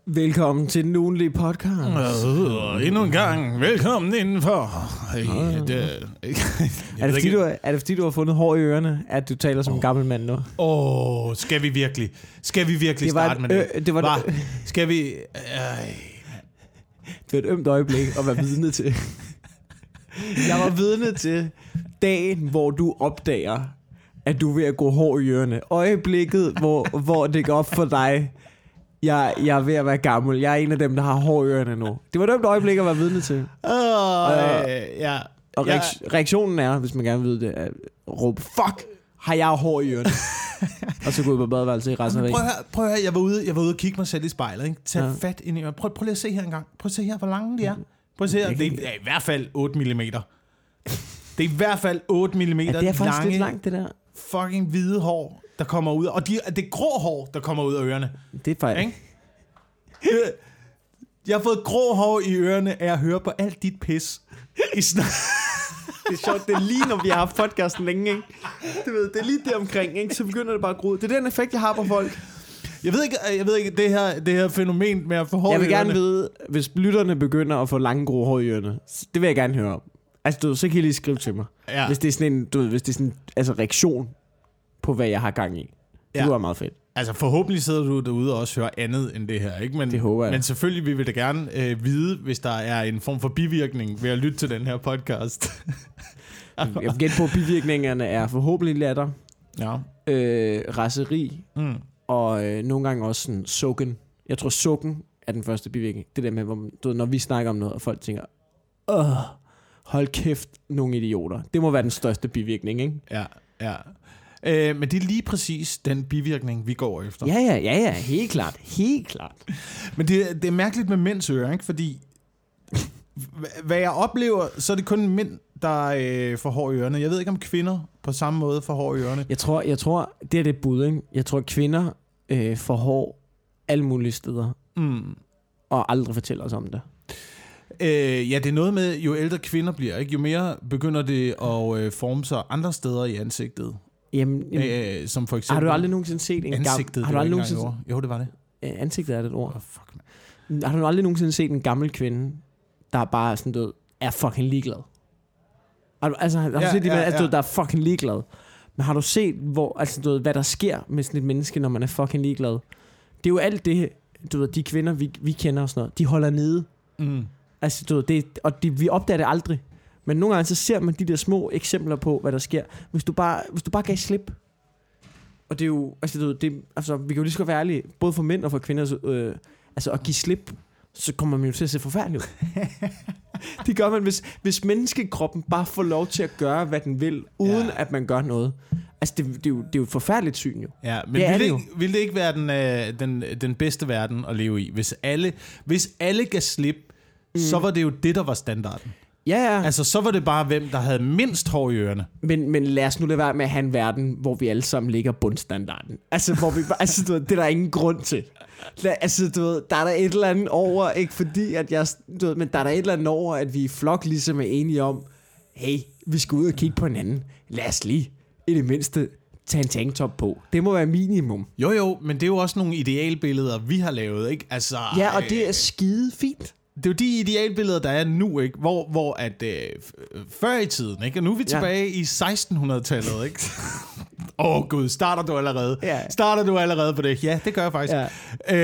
Velkommen til den ugenlige podcast. Endnu en gang. Velkommen indenfor. Er det fordi, du har fundet hår i ørerne, at du taler som en gammel mand nu? Skal vi virkelig starte med det? Skal vi... Det var et ømt øjeblik at være vidne til. Jeg var vidne til dagen, hvor du opdager, at du er ved at gå hår i ørerne. Øjeblikket, hvor det går op for dig. Jeg er ved at være gammel. Jeg er en af dem, der har hår i ørerne nu. Det var et ømt øjeblik at være vidne til. Og reaktionen er, hvis man gerne vil vide det, at råbe, fuck, har jeg hår i ørerne? Og så gå ud på badeværelset i resten af dagen. Prøv at høre, jeg var ude og kigge mig selv i spejlet. Ikke? Tag fat ind i ørerne. Prøv lige at se her engang. Prøv at se her, hvor lange de er. Prøv at se her. Det er i hvert fald 8 mm. Det er i hvert fald 8 mm lange. Det er faktisk lidt langt, det der. Fucking hvide hår, der kommer ud. Og det er grå hår, der kommer ud af ørerne. Det er faktisk... Jeg har fået grå hår i ørerne af at høre på alt dit pis i snak. Det er sjovt, det er lige når vi har haft podcasten længe, ikke? Du ved, det er lige der omkring, ikke? Så begynder det bare at gro. Det er den effekt, jeg har på folk. Jeg ved ikke det her fænomen med at få hår i ørerne. Jeg vil gerne vide, hvis lytterne begynder at få lange grå hår i ørerne, det vil jeg gerne høre om. Altså, du ved, så kan I lige skrive til mig. Ja. Hvis det er sådan en, hvis det er sådan, altså reaktion på, hvad jeg har gang i. Det var meget fedt. Altså forhåbentlig sidder du derude og også hører andet end det her, ikke? Men, det håber jeg. Men selvfølgelig vil vi da gerne vide, hvis der er en form for bivirkning ved at lytte til den her podcast. Jeg vil gætte på, at bivirkningerne er forhåbentlig latter, raseri, og nogle gange også sådan sukken. Jeg tror, sukken er den første bivirkning. Det der med, hvor, du ved, når vi snakker om noget, og folk tænker, hold kæft, nogle idioter. Det må være den største bivirkning, ikke? Ja. Men det er lige præcis den bivirkning, vi går efter. Ja, helt klart. Men det er mærkeligt med mænds ører, ikke? Fordi hvad jeg oplever, så er det kun mænd, der får hår i ørerne. Jeg ved ikke, om kvinder på samme måde får hår i ørerne. Jeg tror det er det bud, ikke? Jeg tror, kvinder får hår alle mulige steder, og aldrig fortæller os om det. Ja, det er noget med, jo ældre kvinder bliver, ikke? Jo mere begynder det at forme sig andre steder i ansigtet. Jamen, som for eksempel har du aldrig nogensinde set en ansigtet? Har du aldrig nogensinde... Jo, det var det. Ansigtet er det et ord. Fuck, man. Har du aldrig nogensinde set en gammel kvinde, der bare sådan død, er fucking ligeglad? Har du set der er fucking ligeglad? Men har du set, hvad der sker med sådan et menneske, når man er fucking ligeglad? Det er jo alt det, du ved, de kvinder, vi kender og sådan noget, de holder nede. Altså, du ved, vi opdager det aldrig. Men nogle gange så ser man de der små eksempler på, hvad der sker. Hvis du bare gav slip. Og det er jo, vi kan jo lige så godt være ærlige, både for mænd og for kvinder, at give slip, så kommer man jo til at se forfærdeligt ud. Det gør man, hvis menneskekroppen bare får lov til at gøre, hvad den vil, uden at man gør noget. Altså, det er jo et forfærdeligt syn, jo. Ja, men vil det ikke være den bedste verden at leve i? Hvis alle gav slip, så var det jo det, der var standarden. Ja. Altså, så var det bare, hvem der havde mindst hår i ørerne. Men lad os nu lade være med at have en verden, hvor vi alle sammen ligger bundstandarden. Altså, hvor vi bare, det er der ingen grund til. Altså, der er der et eller andet over, ikke fordi, at men der er der et eller andet over, at vi i flok ligesom er enige om, hey, vi skal ud og kigge på hinanden. Lad os lige i det mindste tage en tanktop på. Det må være minimum. Jo, men det er jo også nogle idealbilleder, vi har lavet, ikke? Altså, ja, og det er skide fint. Det er jo de idealbilleder, der er nu, ikke? Hvor at før i tiden, ikke? Og nu er vi tilbage i 1600-tallet, ikke? Gud, starter du allerede på det? Ja, det gør jeg faktisk. Ja.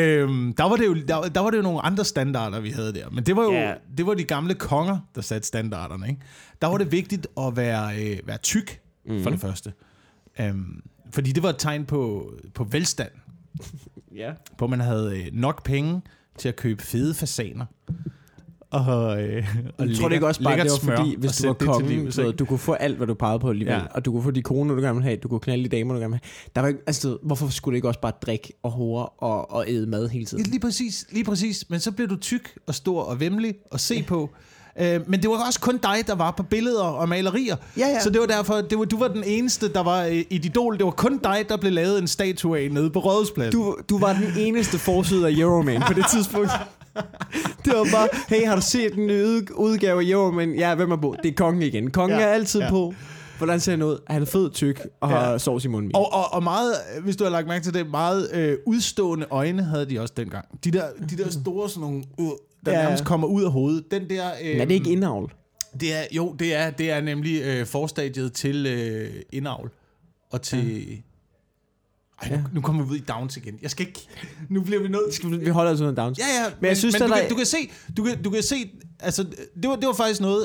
Der var det jo nogle andre standarder, vi havde der. Men det var jo det var de gamle konger, der satte standarderne, ikke? Der var det vigtigt at være tyk, for det første. Fordi det var et tegn på velstand. Ja. På man havde nok penge til at købe fede fasaner. Og jeg tror det ikke også bare, det var fordi, hvis du var kongen, så du kunne få alt, hvad du pegede på alligevel. Ja. Og du kunne få de koner, du gerne ville have. Du kunne knalde de damer, du gerne ville have. Der var ikke, hvorfor skulle du ikke også bare drikke og hore og æde mad hele tiden? Lige præcis. Men så blev du tyk og stor og væmmelig og se på. Men det var også kun dig, der var på billeder og malerier. Ja. Så det var derfor, du var den eneste, der var et idol. Det var kun dig, der blev lavet en statue af nede på Rådhuspladsen. Du var den eneste forside af Euroman på det tidspunkt. Det var bare, hey, har du set den nye udgave af Euroman? Ja, hvem er på? Det er kongen igen. Kongen er altid på. Hvordan ser han ud? Han er fed, tyk og har sovs i munden. Og meget, hvis du har lagt mærke til det, meget udstående øjne havde de også dengang. De der store sådan nogle, der nærmest kommer ud af hovedet. Den der... Men er det ikke indavl? Det er nemlig forstadiet til indavl. Og til... Ej, nu kommer vi ud i Downs igen. Jeg skal ikke... Nu bliver vi nødt... Vi holder os ud af Downs. Ja. Men jeg synes, du kan se... Altså, det var faktisk noget,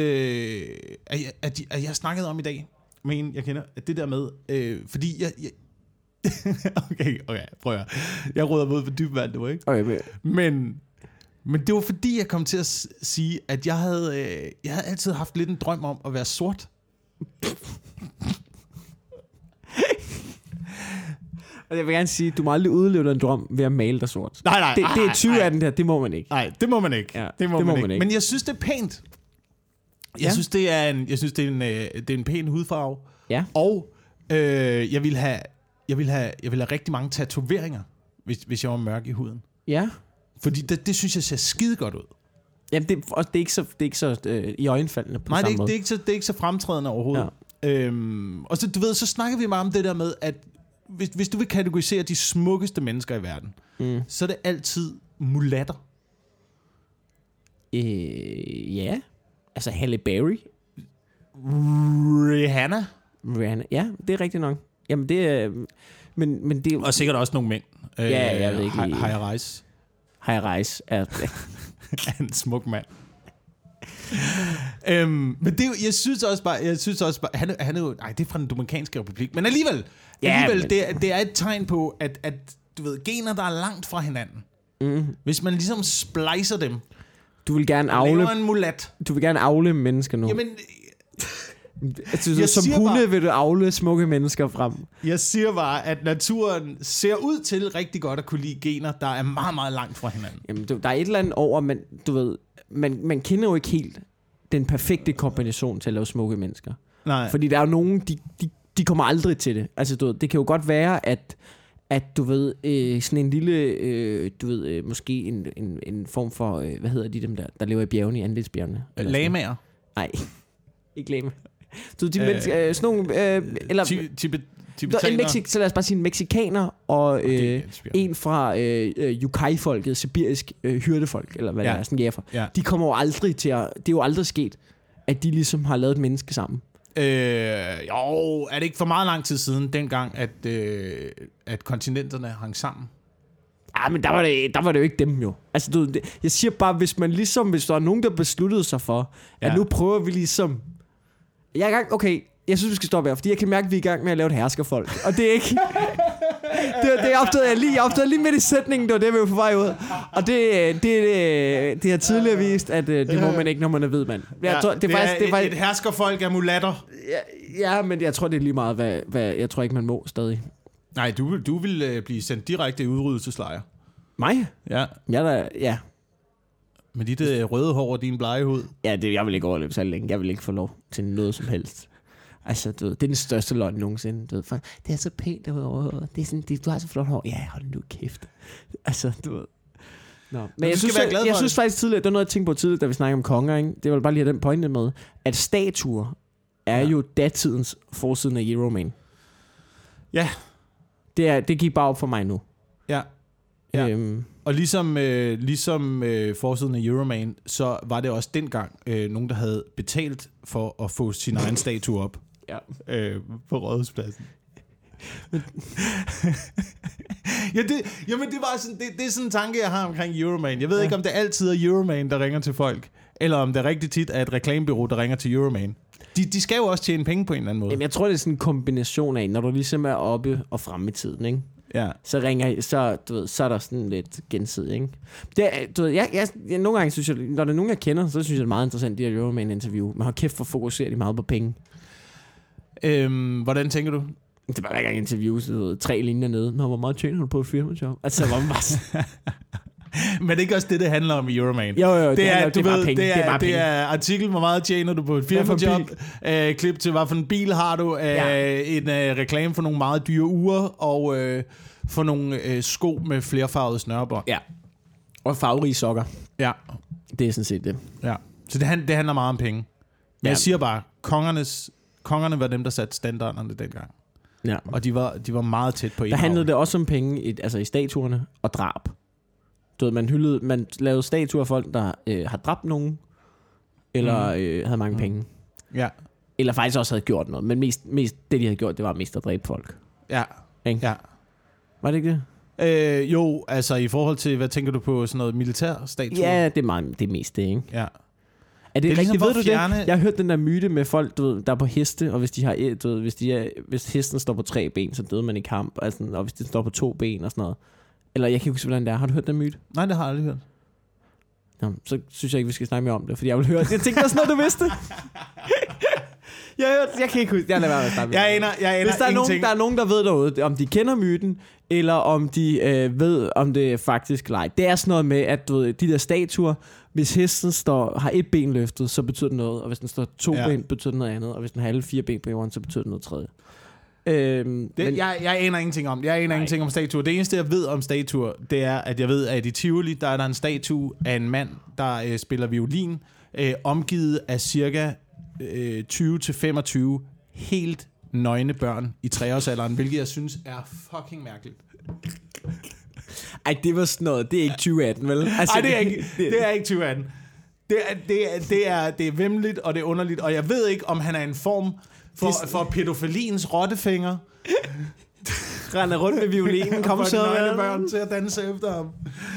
at jeg snakkede om i dag. Med en, jeg kender. At det der med... fordi jeg okay, prøv at høre. Jeg råder mod for dyb vand, det var ikke? Okay, men det var fordi, jeg kom til at sige, at jeg havde altid haft lidt en drøm om at være sort. Og jeg vil gerne sige, du må aldrig udleve en drøm ved at male dig sort. Nej. Det er 20 af den der, det må man ikke. Nej, det må man ikke. Ja, det må man ikke. Men jeg synes, det er pænt. Jeg synes, det er en pæn hudfarve. Ja. Og jeg vil have rigtig mange tatoveringer, hvis jeg var mørk i huden. Ja. Fordi det synes jeg ser skide godt ud. Jamen, det er ikke så i øjenfaldende på samme måde. Nej, det er ikke så fremtrædende overhovedet. Ja. Og så, du ved, så snakker vi meget om det der med, at hvis du vil kategorisere de smukkeste mennesker i verden, så er det altid mulatter. Ja. Altså Halle Berry. Rihanna. Ja, det er rigtigt nok. Jamen, det er... Men det er... Og sikkert også nogle mænd. Ja, jeg ved ikke lige... High Rise er en smuk mand. Men det, jeg synes også bare, han er jo, nej, det er fra den Dominikanske Republik, men alligevel det er et tegn på, at du ved, gener, der er langt fra hinanden. Hvis man ligesom splicer dem, du vil gerne avle en mulat. Du vil gerne avle mennesker nu. Jamen, som hunde vil du avle smukke mennesker frem. Jeg siger bare, at naturen ser ud til rigtig godt at kunne lide gener, der er meget, meget langt fra hinanden. Jamen, der er et eller andet over, men du ved, man kender jo ikke helt den perfekte kombination til at lave smukke mennesker. Nej. Fordi der er jo nogen, de kommer aldrig til det. Altså, du ved, det kan jo godt være, at du ved, sådan en lille, du ved, måske en form for, hvad hedder de dem der lever i bjergene, i Andesbjergene? Lamaer? Nej, ikke lama. Så de mennesker, sådan nogle, eller... Så lad os bare sige en mexikaner og en fra Yukai-folket, sibirisk hyrdefolk, eller hvad det er, sådan jæfer. Ja. De kommer jo aldrig til at... Det er jo aldrig sket, at de ligesom har lavet et menneske sammen. Jo, er det ikke for meget lang tid siden, dengang, at kontinenterne hang sammen? Ja, men der var det jo ikke dem jo. Altså, jeg siger bare, hvis der er nogen, der besluttede sig for, at nu prøver vi ligesom... Jeg synes, vi skal stoppe her, fordi jeg kan mærke, at vi er i gang med at lave et herskerfolk. Og det er ikke... det opdagede jeg lige. Jeg opdagede lige midt i sætningen, det var det, vi var på vej ud. Og det har tidligere vist, at det må man ikke, når man er hvid mand. Et herskerfolk af mulatter. Ja, men jeg tror, det er lige meget, hvad jeg tror ikke, man må stadig. Nej, du vil blive sendt direkte i udryddelseslejr. Mig? Ja. Ja. Med dit røde hår og din blege hud. Ja, jeg vil ikke overleve så længe. Jeg vil ikke få lov til noget som helst. Altså, det er den største løgn nogensinde. Det er så pænt derude. Det er sådan, du har så flot hår. Ja, hold nu kæft. Altså, du ved. Nå. Men jeg synes faktisk tidligere, det var noget, jeg tænkte på tidligere, da vi snakkede om konger, ikke? Det var bare lige have den pointe med, at statuer er jo datidens forsiden af Euroman. Ja. Det gik bare op for mig nu. Ja. Og ligesom forsiden af Euroman, så var det også dengang nogen, der havde betalt for at få sin egen statue op på Rådhuspladsen. Det var sådan, det er sådan en tanke, jeg har omkring Euroman. Jeg ved ikke, om det altid er Euroman, der ringer til folk, eller om det rigtig tit er et reklamebureau, der ringer til Euroman. De skal jo også tjene penge på en eller anden måde. Jamen, jeg tror, det er sådan en kombination af, når du ligesom er oppe og fremme i tiden, ikke? Ja. Så er der sådan lidt gensidigt, ikke? Jeg nogle gange synes jeg, når der er nogen, jeg kender, så synes jeg, det er meget interessant, de her Euroman-interview. Man har kæft for fokuserer de meget på penge. Hvordan tænker du? Det var hver gang interview, så 3 linjer nede. Nå, hvor meget tjener du på et firmajob? Altså, hvor man bare... Men det er ikke også det handler om i Euroman. Jo, det er bare penge. Det er artikel, hvor meget tjener du på et firmajob. Klip til, hvad for en bil har du. En reklame for nogle meget dyre uger. Og for nogle sko med flerfarvede snørebånd. Ja. Og farverige sokker. Ja. Det er sådan set det. Ja. Så det handler meget om penge. Men jeg siger bare, kongerne var dem, der satte standarderne dengang. Ja. Og de var meget tæt på. Der handlede det også om penge i statuerne og drab. Du ved, man lavede statuer af folk, der har dræbt nogen, eller havde mange penge. Ja. Eller faktisk også havde gjort noget. Men mest det, de havde gjort, det var mest at dræbe folk. Ja. Ikke? Ja. Var det ikke det? Jo, altså i forhold til, hvad tænker du på, sådan noget militærstatuer? Ja, det er mest det, ikke? Ja. Er det rigtigt? ligesom Ved du det? Jeg har hørt den der myte med folk, du ved, der er på heste, og hvis hesten står på 3 ben, så døde man i kamp, altså, og hvis den står på 2 ben og sådan noget. Eller jeg kan ikke huske, hvordan det er. Har du hørt den myte? Nej, det har jeg aldrig hørt. Nå, så synes jeg ikke, vi skal snakke mere om det, fordi jeg vil høre. Jeg tænkte, der er sådan noget, du vidste. Jeg kan ikke huske. Jeg lader være med at snakke. Jeg aner hvis der er nogen, der ved derude, om de kender myten, eller om de ved, om det faktisk leg. Det er sådan noget med, at du ved, de der statuer, hvis hesten har 1 ben løftet, så betyder det noget, og hvis den står 2 ben, betyder det noget andet, og hvis den har alle 4 ben på jorden, så betyder det noget tredje. Jeg aner ingenting om det. Jeg aner ingenting om statuer. Det eneste, jeg ved om statuer, det er, at jeg ved, at i Tivoli, der er der en statue af en mand, der spiller violin, omgivet af cirka 20-25 helt nøgne børn i 3-årsalderen, hvilket jeg synes er fucking mærkeligt. Ej, det var sådan noget. Det er ikke 2018, vel? Altså, det er ikke 2018. Det er væmmeligt, og det er underligt, og jeg ved ikke, om han er en form for pædofiliens rottefinger. Render rundt med violinen, kom så nøgne børn til at danse efter ham.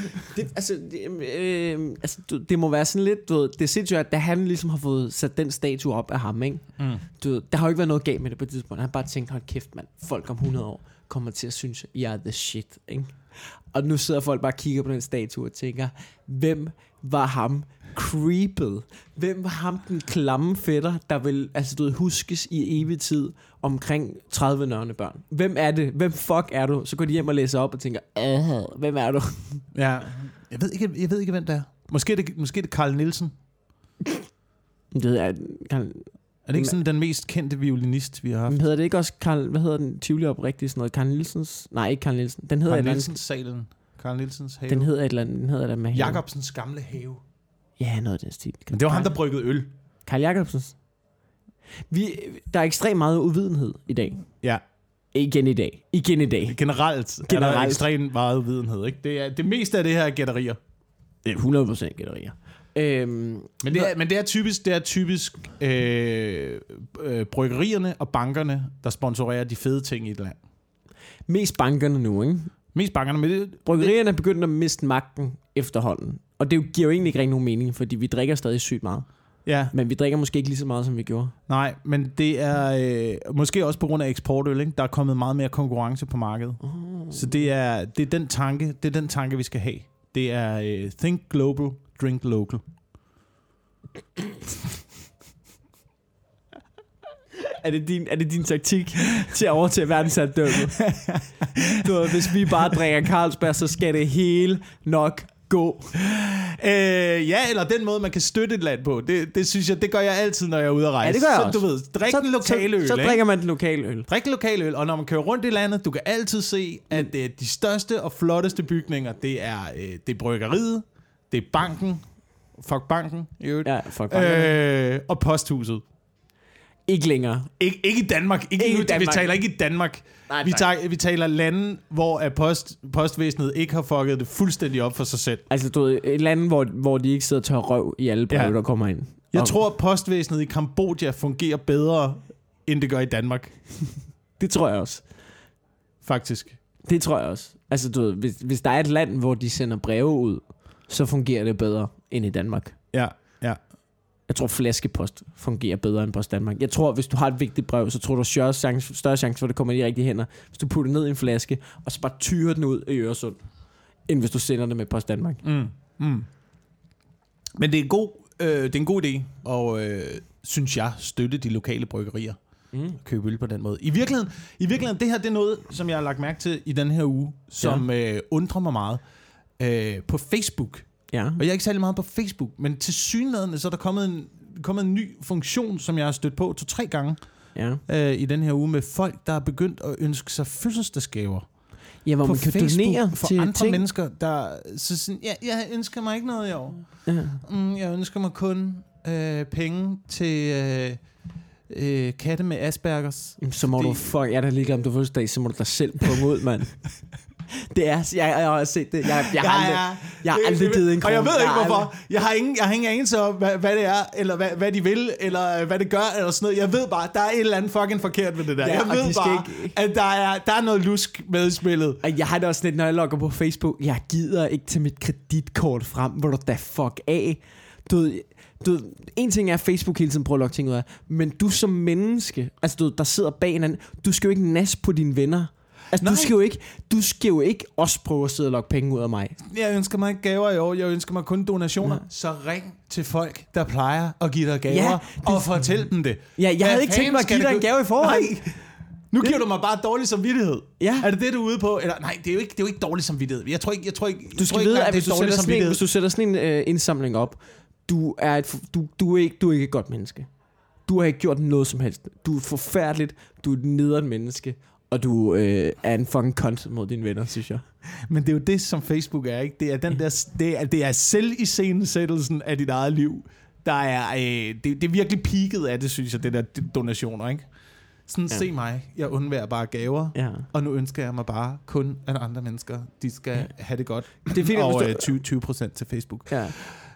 Det må være sådan lidt, du ved, det er sindssygt, at da han ligesom har fået sat den statue op af ham, ikke? Du ved, der har jo ikke været noget galt med det på et tidspunkt. Han har bare tænkt, hold kæft mand, folk om 100 år kommer til at synes, jeg er the shit, ikke? Og nu sidder folk bare og kigger på den statue og tænker, hvem var ham creeped? Hvem var ham den klamme fætter, der vil, altså du ved, huskes i evig tid omkring 30 nøgne børn? Hvem er det? Hvem fuck er du? Så går de hjem og læser op og tænker, hvem er du? Ja, jeg ved ikke, hvem det er. Måske er det Carl Nielsen. Det er det ikke sådan den mest kendte violinist, vi har haft? Hedder det ikke også Carl, hvad hedder den Tivoli oprigtigt, sådan noget? Carl Nielsens? Nej, ikke Carl Nielsen. Den hedder Carl Nielsens salen. Carl Nielsens have. Den hedder et eller andet. Den hedder det med have. Jacobsens gamle have. Ja, noget af den stil. Men det var ham, der bryggede øl. Carl Jacobsens. Der er ekstremt meget uvidenhed i dag. Ja. Igen i dag. Generelt er der ekstremt meget uvidenhed, ikke? Det meste af det her er gætterier. 100% gætterier. Men det er typisk bryggerierne og bankerne, der sponsorerer de fede ting i et land. Mest bankerne nu, ikke? Mest bankerne. Men bryggerierne er begyndt at miste magten efterhånden. Og det giver jo egentlig ikke rigtig nogen mening, fordi vi drikker stadig sygt meget. Ja. Men vi drikker måske ikke lige så meget, som vi gjorde. Nej, men det er måske også på grund af eksportøl, ikke? Der er kommet meget mere konkurrence på markedet. Så det er den tanke, vi skal have. Det er think global, drink local. Er det din taktik til at overtage verdensherredømmet? Hvis vi bare drikker Carlsberg, så skal det hele nok gå. Ja, eller den måde, man kan støtte et land på. Det synes jeg, det gør jeg altid, når jeg er ude at rejse. Ja, det gør jeg også. Så du ved, drik den lokale øl. Så drikker man den lokale øl. Drik den lokale øl, og når man kører rundt i landet, du kan altid se, at de største og flotteste bygninger, det er bryggeriet, det er banken, fuck banken, i øvrigt, ja, fuck banken. Og posthuset. Ikke længere. Ikke i Danmark. Ikke Danmark. Vi taler ikke i Danmark. Nej, vi taler lande, hvor postvæsenet ikke har fucket det fuldstændig op for sig selv. Altså du ved, et land, hvor de ikke sidder og tør røv i alle breve, der kommer ind. Jeg tror, postvæsenet i Kambodja fungerer bedre, end det gør i Danmark. Det tror jeg også. Faktisk. Det tror jeg også. Altså du ved, hvis der er et land, hvor de sender breve ud, så fungerer det bedre end i Danmark. Ja. Jeg tror, flaskepost fungerer bedre end Post Danmark. Jeg tror, hvis du har et vigtigt brev, så tror du større chance for, at det kommer i de rigtige hænder, hvis du putter ned i en flaske, og så bare tyrer den ud i Øresund, end hvis du sender det med Post Danmark. Men det er en god idé, og synes jeg, støtte de lokale bryggerier. Købe øl på den måde. I virkeligheden, det her det er noget, som jeg har lagt mærke til i den her uge, som undrer mig meget. På Facebook. Ja. Og jeg er ikke særlig meget på Facebook, men tilsyneladende så er der kommet en ny funktion, som jeg har stødt på 2-3 gange i den her uge, med folk, der er begyndt at ønske sig fødselsdagsgaver. Ja, hvor man kan donere for til andre ting. mennesker, der så sådan, jeg ønsker mig ikke noget i år. Jeg ønsker mig kun penge katte med Aspergers. Så må du fuck, jeg er da ligeglad om du fødselsdag, så må du da selv punge ud, mand. Det er, jeg har set det. Jeg har aldrig givet en krone. Og jeg ved ikke hvorfor. Jeg har ingen anelse om, hvad det er, eller hvad de vil, eller hvad det gør, eller sådan noget. Jeg ved bare, der er et eller andet fucking forkert ved det der. Ja, jeg ved bare, at der er noget lusk med i spillet. Og jeg har det også lidt, når jeg logger på Facebook, jeg gider ikke til mit kreditkort frem, hvor du da fuck af. Du ved, en ting er, at Facebook hele tiden prøver at logge ting ud af, men du som menneske, altså der sidder bag hinanden, du skal jo ikke nasse på dine venner. Altså, du skal jo ikke også prøve at sidde og logge penge ud af mig. Jeg ønsker mig ikke gaver i år. Jeg ønsker mig kun donationer. Ja. Så ring til folk, der plejer at give dig gaver, og fortæl dem det. Ja, jeg havde ikke tænkt mig at give dig en gave i forvejen. Nu giver du mig bare dårlig samvittighed. Ja. Er det du er ude på? Eller, nej, det er jo ikke dårlig samvittighed. Jeg tror ikke, du skal vide, at hvis du sætter sådan en indsamling op, du er ikke et godt menneske. Du har ikke gjort noget som helst. Du er forfærdeligt. Du er et nederen menneske. Og du er en fucking cunt mod dine venner, synes jeg. Men det er jo det, som Facebook er, ikke? Det er den der, det er selviscenesættelsen af dit eget liv. Der er, det er virkelig peaket af det, synes jeg, det der donationer, ikke? Sådan, se mig, jeg undværer bare gaver, og nu ønsker jeg mig bare kun, at andre mennesker, de skal have det godt. Det er fint, og 20% til Facebook. Ja.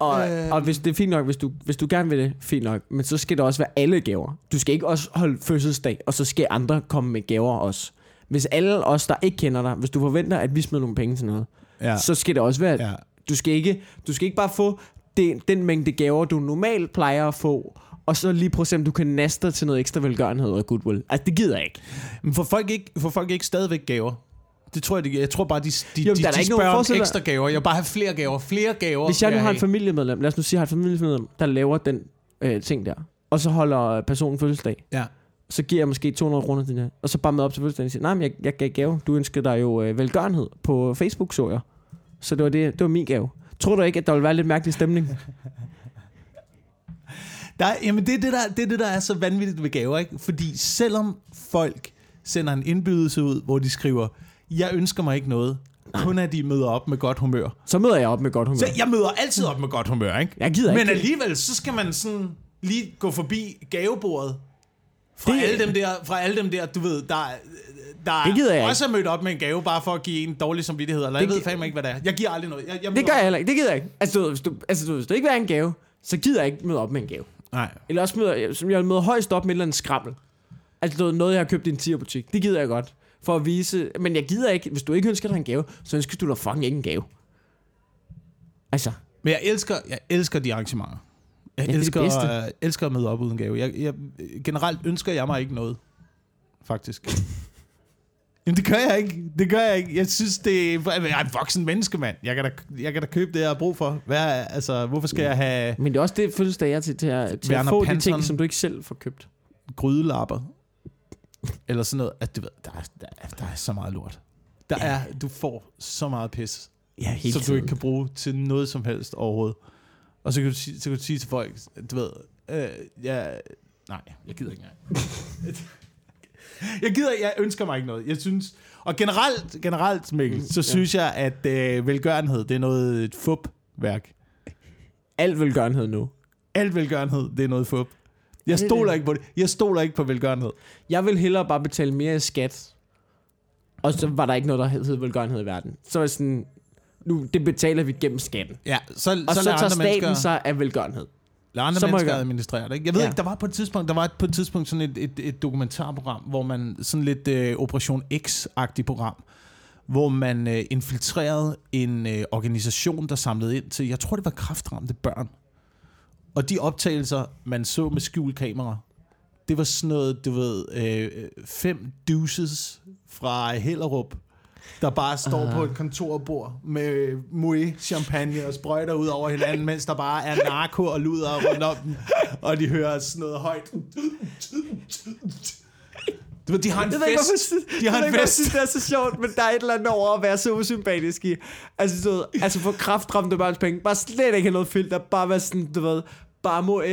Og hvis det er fint nok, hvis du gerne vil det, fint nok, men så skal det også være alle gaver. Du skal ikke også holde fødselsdag, og så skal andre komme med gaver også. Hvis alle os, der ikke kender dig, hvis du forventer, at vi smider nogle penge til noget, så skal det også være, du skal ikke bare få den mængde gaver, du normalt plejer at få, og så lige prøv at se, om du kan næste til noget ekstra velgørenhed og goodwill. Altså, det gider jeg ikke. Men får folk ikke stadigvæk gaver? Det tror jeg bare, de spørger om ekstra gaver. Jeg vil bare have flere gaver. Hvis jeg nu har en familiemedlem, lad os nu sige, jeg har et familiemedlem, der laver den ting der, og så holder personen fødselsdag, så giver jeg måske 200 kroner til det, og så bare med op til fødselsdagen og siger, nej, men jeg gav gave. Du ønskede dig jo velgørenhed på Facebook, så jeg. Så det var min gave. Tror du ikke, at der vil være lidt mærkelig stemning? Jamen det er det der er så vanvittigt ved gaver, ikke? Fordi selvom folk sender en indbydelse ud, hvor de skriver, jeg ønsker mig ikke noget, kun at de møder op med godt humør. Så møder jeg op med godt humør. Så jeg møder altid op med godt humør, ikke? Jeg gider ikke. Men alligevel, så skal man sådan lige gå forbi gavebordet fra alle dem der, du ved, der også er mødt op med en gave, bare for at give en dårlig samvittighed, eller jeg ved fandme ikke, hvad det er. Jeg giver aldrig noget. Det gør jeg heller ikke. Det gider jeg ikke. Altså, hvis du ikke vil have en gave, så gider jeg ikke møde op med en gave. Nej. Eller også jeg møder højst op med et eller andet skrammel. Altså noget, jeg har købt i en tierbutik. Det gider jeg godt. For at vise. Men jeg gider ikke. Hvis du ikke ønsker dig en gave, så ønsker du dig fucking ikke en gave. Altså. Men jeg elsker de arrangementer. Jeg elsker at møde op uden gave. Generelt ønsker jeg mig ikke noget. Faktisk. Jamen det gør jeg ikke. Jeg synes det jeg er en voksen menneske, mand. Jeg kan da købe det jeg har brug for. Hvorfor skal jeg have? Men det er også det fødselsdag jeg til at få de ting, som du ikke selv får købt. Grydelapper. Eller sådan noget. Altså, du ved, der er så meget lort. Du får så meget pis, som du ikke kan bruge til noget som helst overhovedet. Og så kan du sige til folk, du ved, nej, jeg gider ikke engang. Jeg ønsker mig ikke noget. Jeg synes, og generelt Mikkel, så synes jeg, at velgørenhed, det er noget fup-værk. Alt velgørenhed nu. Alt velgørenhed, det er noget fup. Jeg stoler ikke på det. Jeg stoler ikke på velgørenhed. Jeg vil hellere bare betale mere skat. Og så var der ikke noget, der hed velgørenhed i verden. Så var sådan, nu det betaler vi gennem skatten. Ja, så tager staten sig af velgørenhed. Lad andre mennesker administrere det, ikke? Jeg ved ikke, der var på et tidspunkt sådan et dokumentarprogram, hvor man sådan lidt Operation X-agtigt program, hvor man infiltrerede en organisation, der samlede ind til, jeg tror det var kræftramte børn. Og de optagelser, man så med skjulkamera, det var sådan noget, du ved, 5 deuces fra Hellerup, der bare står på et kontorbord med Moët champagne og sprøjter ud over hinanden, mens der bare er narko og luder rundt om dem, og de hører sådan noget højt. Du ved, de har en fest. Det er så sjovt, men der er et eller andet over at være så usympatisk i. Altså få kræftramte børns penge. Bare slet ikke have noget filter. Bare være sådan, du ved, bare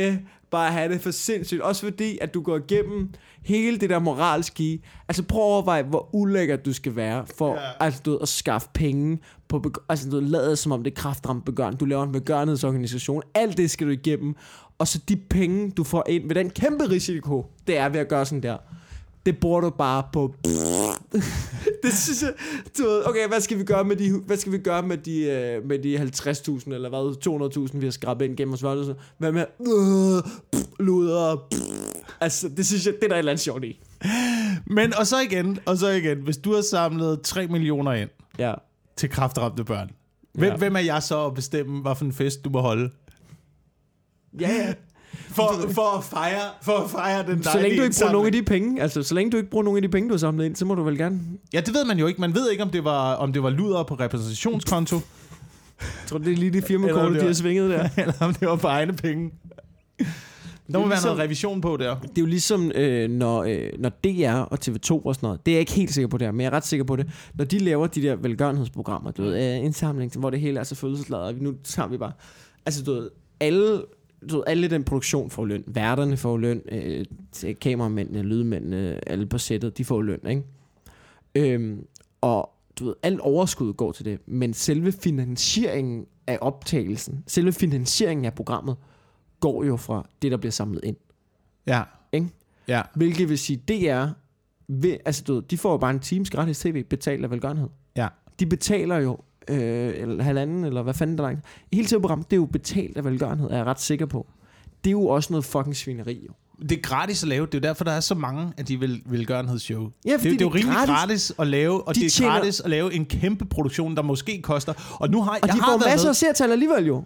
bare have det for sindssygt. Også fordi, at du går igennem hele det der moralske. Altså prøv at overveje, hvor ulækkert du skal være for altså, du ved, at skaffe penge på, altså du ved, lade som om det er kraftramt begørn. Du laver en begørnhedsorganisation. Alt det skal du igennem. Og så de penge, du får ind ved den kæmpe risiko, det er ved at gøre sådan der. Det bruger du bare på. Det synes jeg, du ved, okay, hvad skal vi gøre med de 50.000 eller hvad, 200.000 vi har skrabet ind gennem os. Hvad med luder. Altså, det synes jeg, det er der et eller andet sjovt i. Men og så igen, hvis du har samlet 3 millioner ind til kræftramte børn. Hvem er jeg så at bestemme, hvad for en fest du må holde? Ja. For at fejre den dejlige. Så længe du ikke bruger nogen af de penge, altså så længe du ikke bruger nogen af de penge, du har samlet ind, så må du vel gerne. Ja, det ved man jo ikke. Man ved ikke, om det var luder på repræsentationskonto. Jeg tror, det er lige de firmakortet, de har svinget der. Eller om det var på egne penge. Der må være noget revision på der. Det er jo ligesom, når DR og TV2 og sådan noget, det er jeg ikke helt sikker på der, men jeg er ret sikker på det, når de laver de der velgørenhedsprogrammer, du ved, indsamling, hvor det hele er så følelsesladet, og nu tager vi bare, altså du ved, alle den produktion får løn, værterne får løn, kameramændene, lydmændene, alle på sættet, de får løn, ikke? Og du ved, alt overskud går til det, men selve finansieringen af optagelsen, selve finansieringen af programmet, går jo fra det, der bliver samlet ind. Ja. Ikke? Ja. Hvilket vil sige, altså du ved, de får jo bare en times gratis tv, betalt af velgørenhed. Ja. De betaler jo eller halvanden, eller hvad fanden der er. Hele tv-program, det er jo betalt af velgørenhed, er jeg ret sikker på. Det er jo også noget fucking svineri, jo. Det er gratis at lave. Det er jo derfor, der er så mange af de velgørenhedsshow. Ja, det er jo rimelig gratis at lave, og det er gratis at lave en kæmpe produktion, der måske koster. Og nu har og de får masser af seertal alligevel, jo.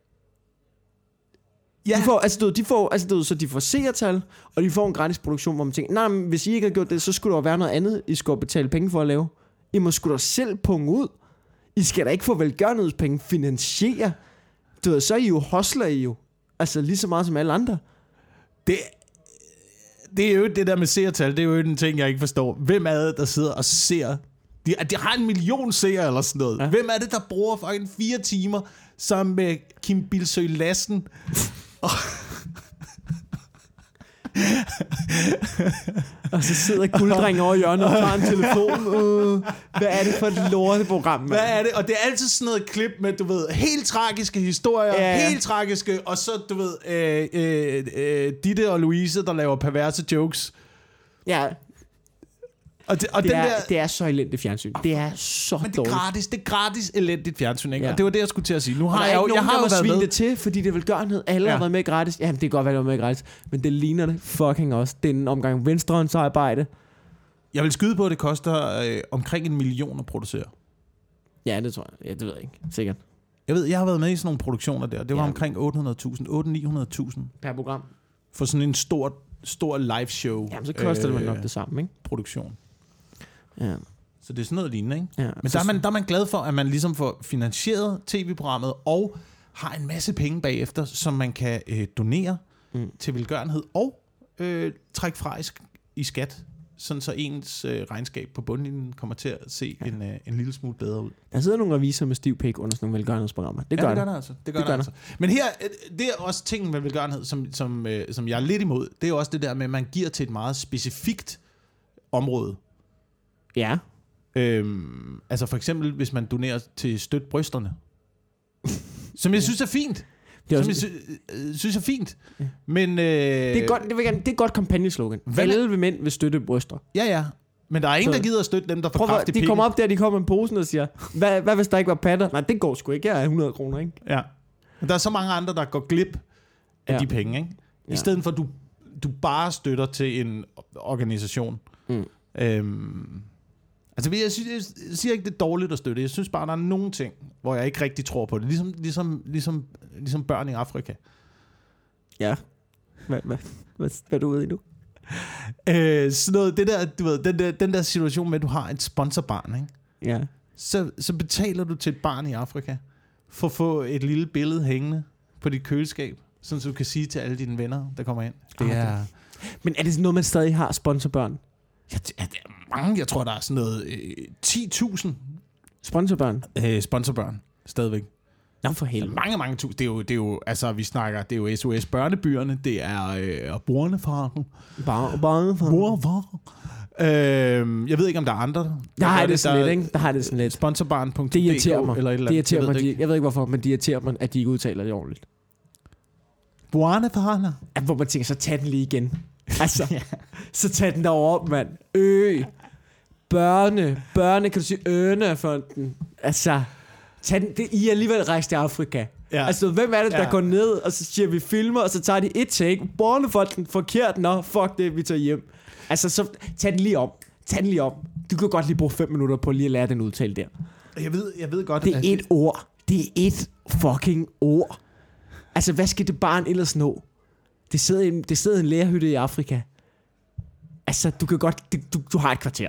Ja. Så de får seertal, og de får en gratis produktion, hvor man tænker, nej, men hvis I ikke har gjort det, så skulle der være noget andet, I skulle betale penge for at lave. I må sgu da selv punge ud. I skal da ikke få velgørenhedspenge finansiere. Du ved, så er I jo hustler I jo. Altså lige så meget som alle andre. Det er jo det der med seertal, det er jo en ting, jeg ikke forstår. Hvem er det, der sidder og ser? De har 1 million seere eller sådan noget. Ja. Hvem er det, der bruger fucking 4 timer sammen med Kim Bilsøe Lassen? Og så sidder gulddrengen over hjørnet og tager en telefon. Hvad er det for et lorteprogram? Hvad er det? Og det er altid sådan noget klip med, du ved, helt tragiske historier, helt tragiske, og så, du ved, Ditte og Louise, der laver perverse jokes. Ja. Og det er så elendigt fjernsyn. Det er så dårligt. Det er gratis elendigt fjernsyn, ikke? Ja. Og det var det, jeg skulle til at sige. Nu har jeg jo været med det til, fordi det er velgørenhed. Alle har været med gratis. Jamen, det kan godt være, det var med gratis. Men det ligner det fucking også. Det er en omgang venstrehåndsarbejde. Jeg vil skyde på, at det koster omkring 1 million at producere. Ja, det tror jeg. Ja, det ved jeg ikke. Sikkert. Jeg har været med i sådan nogle produktioner der. Det var omkring 800.000, 800-900.000. Per program. For sådan en stor live show. Jamen, så koster det nok det samme, ikke? Produktion. Ja. Så det er sådan noget lignende, ikke? Ja, men der er man glad for, at man ligesom får finansieret tv-programmet, og har en masse penge bagefter, som man kan donere til velgørenhed, og trække fra i skat, sådan så ens regnskab på bundlinjen kommer til at se en lille smule bedre ud. Der sidder nogle revisorer med stiv pæk under sådan nogle velgørenhedsprogrammer. Det gør det altså. Det gør det altså. Men her, det er også tingen med velgørenhed, som jeg er lidt imod. Det er også det der med, at man giver til et meget specifikt område. Ja. Altså for eksempel, hvis man donerer til støt brysterne. Som jeg synes er fint. Synes er fint. Ja. Men det er godt, det er godt kampagneslogan. Alle mænd vil støtte bryster. Ja. Men der er ingen, der gider at støtte dem, der får kraftig penge. De kommer op der, de kommer med posen og siger, hvad hvis der ikke var patter? Nej, det går sgu ikke. Jeg er 100 kroner, ikke? Ja. Men der er så mange andre, der går glip af de penge, ikke? I stedet for, at du bare støtter til en organisation. Altså, jeg siger ikke, det er dårligt at støtte. Jeg synes bare, der er nogle ting, hvor jeg ikke rigtig tror på det. Ligesom børn i Afrika. Ja. Hvad er du ude i nu? Sådan noget, det der, du ved, den der situation med, at du har et sponsorbarn, ikke? Ja. Så betaler du til et barn i Afrika, for at få et lille billede hængende på dit køleskab, sådan så du kan sige til alle dine venner, der kommer ind. Men er det sådan noget, man stadig har sponsorbørn? Ja, det er mange. Jeg tror, der er sådan noget 10.000 sponsorbørn. Sponsorbørn, stadigvæk. Nå, for helvede. Mange tusind. Det er jo, altså, vi snakker, det er jo SOS Børnebyerne, det er Bornefarten. Jeg ved ikke, om der er andre. Der har det sådan lidt, ikke? Der har det sådan lidt. Sponsorbarn.dk det irriterer mig. Eller et eller andet. Det irriterer mig. Jeg ved ikke, hvorfor, men det irriterer mig, at de ikke udtaler det ordentligt. Bornefarten. Ja, hvor man tænker, så tag den lige igen. Altså, så tag den derovre op, mand. Børne, kan du sige Ørnefonden? Altså, tag den, I er alligevel rejst til Afrika. Ja. Altså, hvem er det, der går ned, og så siger vi filmer, og så tager de et take. Børnefonden forkert, fuck det, vi tager hjem. Altså, så tag den lige om. Du kan godt lige bruge 5 minutter på lige at lære den udtale der. Jeg ved godt. Det er et ord. Det er et fucking ord. Altså, hvad skal det barn ellers nå? Det sidder i en lærerhytte i Afrika. Altså, du kan godt... Du har et kvarter.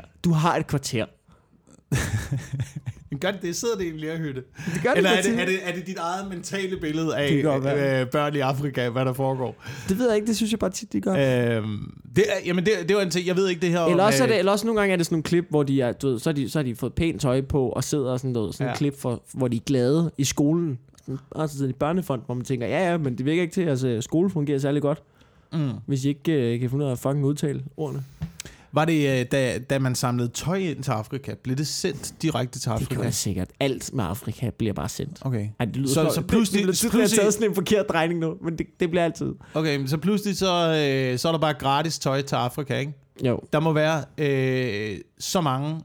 Gør det sidder det i en lærerhytte? Det gør det. Eller er det dit eget mentale billede af børn i Afrika, hvad der foregår? Det ved jeg ikke, det synes jeg bare tit, de gør. Det var en ting, jeg ved ikke det her... Eller også nogle gange er det sådan nogle klip, hvor de er, du ved, så har de fået pænt tøj på, og sidder og sådan noget, sådan en klip, hvor de er glade i skolen. Og så sidder de i børnefond, hvor man tænker, ja, men det virker ikke til, at skole fungerer særlig godt. Hvis I ikke kan finde ud af at fucking udtale ordene. Var det, da man samlede tøj ind til Afrika, blev det sendt direkte til Afrika? Det kan være sikkert. Alt med Afrika bliver bare sendt. Okay. Ej, det lyder så pludselig har taget sådan en forkert drejning nu, men det bliver altid. Okay, men så pludselig så er der bare gratis tøj til Afrika, ikke? Jo. Der må være så mange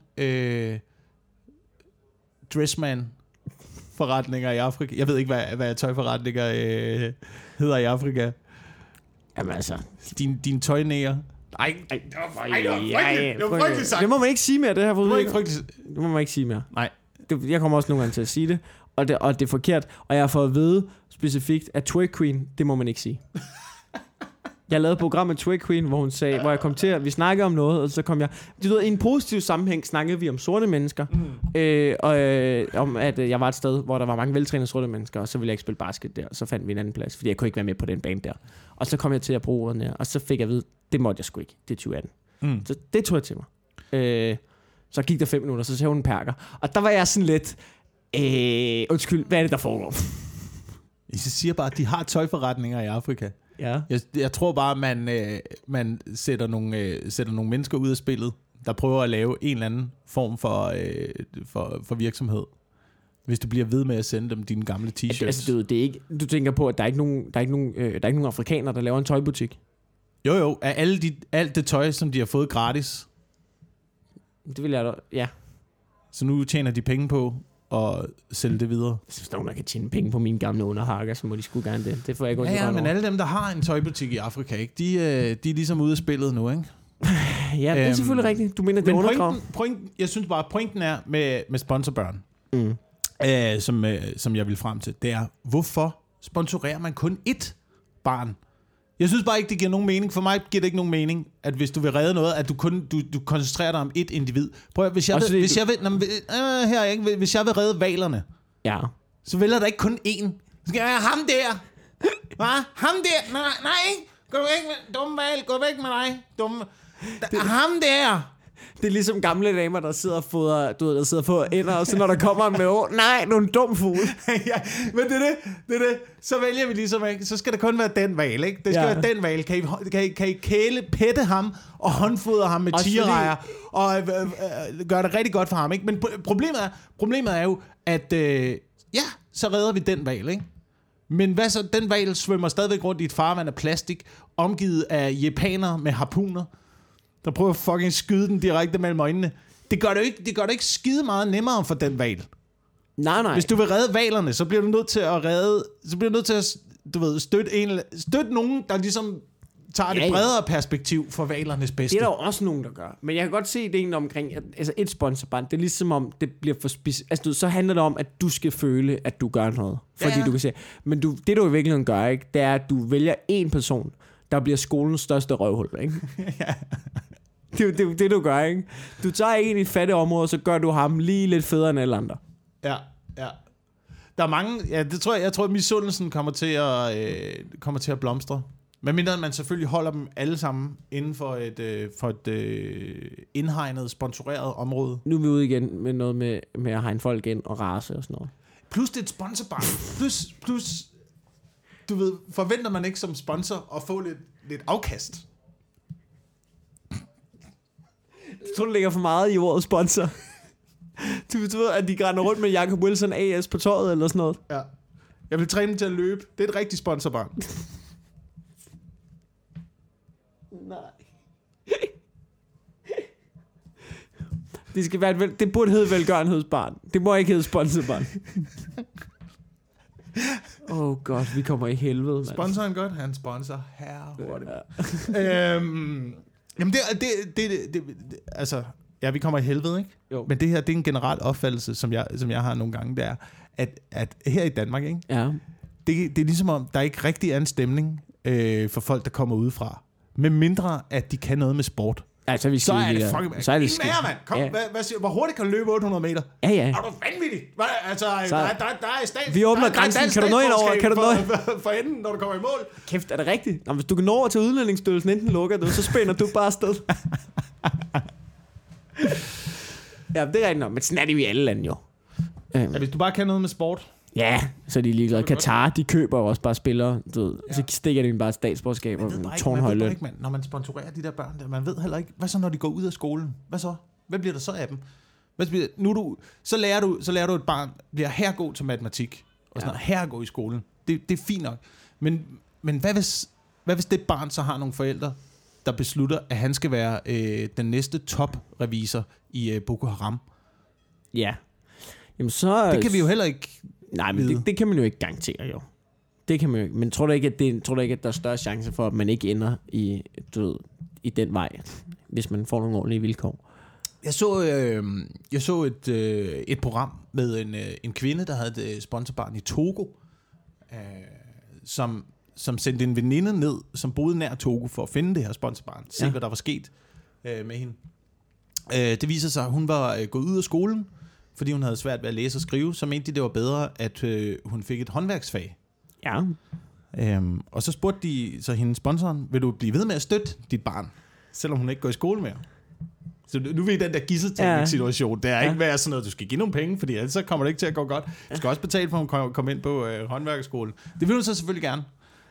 dressman forretninger i Afrika. Jeg ved ikke, hvad tøjforretninger hedder i Afrika. Jamen altså... Din tøjnæger. Nej, det var frygteligt sagt. Det må man ikke sige mere, det her. Det må man ikke sige mere. Nej. Jeg kommer også nogle gange til at sige det, og det er forkert. Og jeg har fået at vide specifikt, at Twerk Queen, det må man ikke sige. Jeg lavede et program med Twerk Queen, hvor jeg kom til at... Vi snakkede om noget, og så kom jeg... Du ved, i en positiv sammenhæng snakkede vi om sorte mennesker. Om at jeg var et sted, hvor der var mange veltrænede sorte mennesker, og så ville jeg ikke spille basket der. Og så fandt vi en anden plads, fordi jeg kunne ikke være med på den bane der. Og så kom jeg til at bruge ordene her, og så fik jeg at vide, det måtte jeg sgu ikke. Det er 2018. Så det tog jeg til mig. Så gik der 5 minutter, så sagde hun en perker. Og der var jeg sådan lidt... undskyld, hvad er det, der foregår? Jeg siger bare, at de har tøjforretninger i Afrika. Ja. Jeg tror bare, man sætter nogle mennesker ud af spillet, der prøver at lave en eller anden form for virksomhed. Hvis du bliver ved med at sende dem dine gamle t-shirts. Altså, det er ikke, du tænker på, at der er ikke nogen afrikanere, der laver en tøjbutik? Jo, af alt det tøj, som de har fået gratis. Det vil jeg da, ja. Så nu tjener de penge på og sælge det videre. Hvis der er nogen, der kan tjene penge på mine gamle underhakker, så må de sgu gerne det. Det får jeg ikke ja, men alle dem, der har en tøjbutik i Afrika, ikke? De er ligesom ude af spillet nu, ikke? Ja, det er selvfølgelig rigtigt. Du mener, det er underkrav. Jeg synes bare, pointen er med sponsorbørn, som jeg vil frem til, det er, hvorfor sponsorerer man kun ét barn? Jeg synes bare ikke, det giver nogen mening. For mig giver det ikke nogen mening, at hvis du vil redde noget, at du koncentrerer dig om ét individ. Prøv at, hvis jeg vil redde hvalerne, ja, så vælger der ikke kun én. Skal jeg ham der? Hvad? Ham der? Nej, gå væk med dumme hval. Gå væk med dig. Dumme. Ham der. Det er ligesom gamle damer, der sidder og fodrer, der sidder på ender, og så når der kommer en med nej, du er en dum fugl. Ja, men det er det. Så vælger vi ligesom, ikke? Så skal det kun være den hval, ikke? Det skal være den hval. Kan I pette ham og håndfodre ham med tigerrejer og gøre det rigtig godt for ham, ikke? Men problemet er jo, at så redder vi den hval, ikke? Men hvad så? Den hval svømmer stadigvæk rundt i et farvand af plastik, omgivet af japanere med harpuner, der prøver at fucking skyde den direkte mellem øjnene. Det gør det ikke skide meget nemmere for den hval. Nej. Hvis du vil redde hvalerne, så bliver du nødt til at du ved, støtte nogen, der ligesom tager det bredere perspektiv for hvalernes bedste. Det er der jo også nogen, der gør. Men jeg kan godt se ideen omkring, at altså et sponsorband, det er ligesom om, det bliver for altså, så handler det om, at du skal føle, at du gør noget. Fordi du kan se. Men det du i virkeligheden gør, ikke, det er, at du vælger en person, der bliver skolens største røvhul, ikke? Ja. Det er det, du gør, ikke? Du tager en i et fattigt område, så gør du ham lige lidt federe end alle andre. Ja. Der er mange... Ja, jeg tror, at misundelsen kommer til at blomstre. Men mindre man selvfølgelig holder dem alle sammen inden for et indhegnet, sponsoreret område. Nu er vi ude igen med noget med at hegne folk ind og race og sådan noget. Plus det er et sponsorbarn. Plus, du ved, forventer man ikke som sponsor at få lidt afkast. Jeg tror, du lægger for meget i ordet sponsor. Du ved, at de grænder rundt med Jacob Wilson AS på tøjet eller sådan noget. Ja. Jeg vil træne dem til at løbe. Det er et rigtigt sponsorbarn. Nej. Det skal være det burde hedde velgørenhedsbarn. Det må ikke hedde sponsorbarn. God, vi kommer i helvede, mand. Sponsoren godt, han sponsor her hurtigt. Ja. Jamen det, altså, ja, vi kommer i helvede, ikke? Jo. Men det her, det er en generel opfattelse, som jeg har nogle gange, det er, at her i Danmark, ikke? Ja. Det er ligesom om, der ikke rigtig er en stemning for folk, der kommer udefra. Med mindre, at de kan noget med sport. Ja, så er det fucking... Så er det skidt. Mand. Kom, ja. Hvor hurtigt kan du løbe 800 meter? Ja. Er du vanvittig? Altså, der er stat... Vi åbner grænsen. Kan du nå ind over? Kan du nå for enden, når du kommer i mål? Kæft, er det rigtigt? Nå, hvis du kan nå over til udlændingsstyrelsen, enten lukker du, så spænder du bare afsted. Ja, det er rigtigt nok. Men sådan er det jo i alle lande, jo. Ja, hvis du bare kan noget med sport... Ja, så er de ligeglade. Katar, de køber jo også bare spillere. Så stikker de bare statsborgerskaber med tårnhøj løn. Når man sponsorerer de der børn, der, man ved heller ikke, hvad så når de går ud af skolen? Hvad så? Hvad bliver der så af dem? Så lærer du et barn, bliver hergod til matematik, og sådan noget, hergod i skolen. Det er fint nok. Men hvad hvis det barn så har nogle forældre, der beslutter, at han skal være den næste top-revisor i Boko Haram? Ja. Jamen så... Det kan vi jo heller ikke... Nej, men det kan man jo ikke garantere, jo. Det kan man jo ikke. Men tror du ikke, at der er større chance for, at man ikke ender i den vej, hvis man får nogle ordentlige vilkår? Jeg så et program med en kvinde, der havde et sponsorbarn i Togo, som sendte en veninde ned, som boede nær Togo, for at finde det her sponsorbarn. Se, hvad der var sket med hende. Det viser sig, at hun var gået ud af skolen, fordi hun havde svært ved at læse og skrive, så mente de, det var bedre, at hun fik et håndværksfag. Ja. Og så spurgte de så hendes sponsoren, vil du blive ved med at støtte dit barn, selvom hun ikke går i skole mere? Så nu er vi i den der gisseltænkningssituation. Det er ikke være sådan noget, du skal give nogle penge, fordi ellers så kommer det ikke til at gå godt. Du skal også betale for, at hun kommer ind på håndværksskole. Det vil hun så selvfølgelig gerne.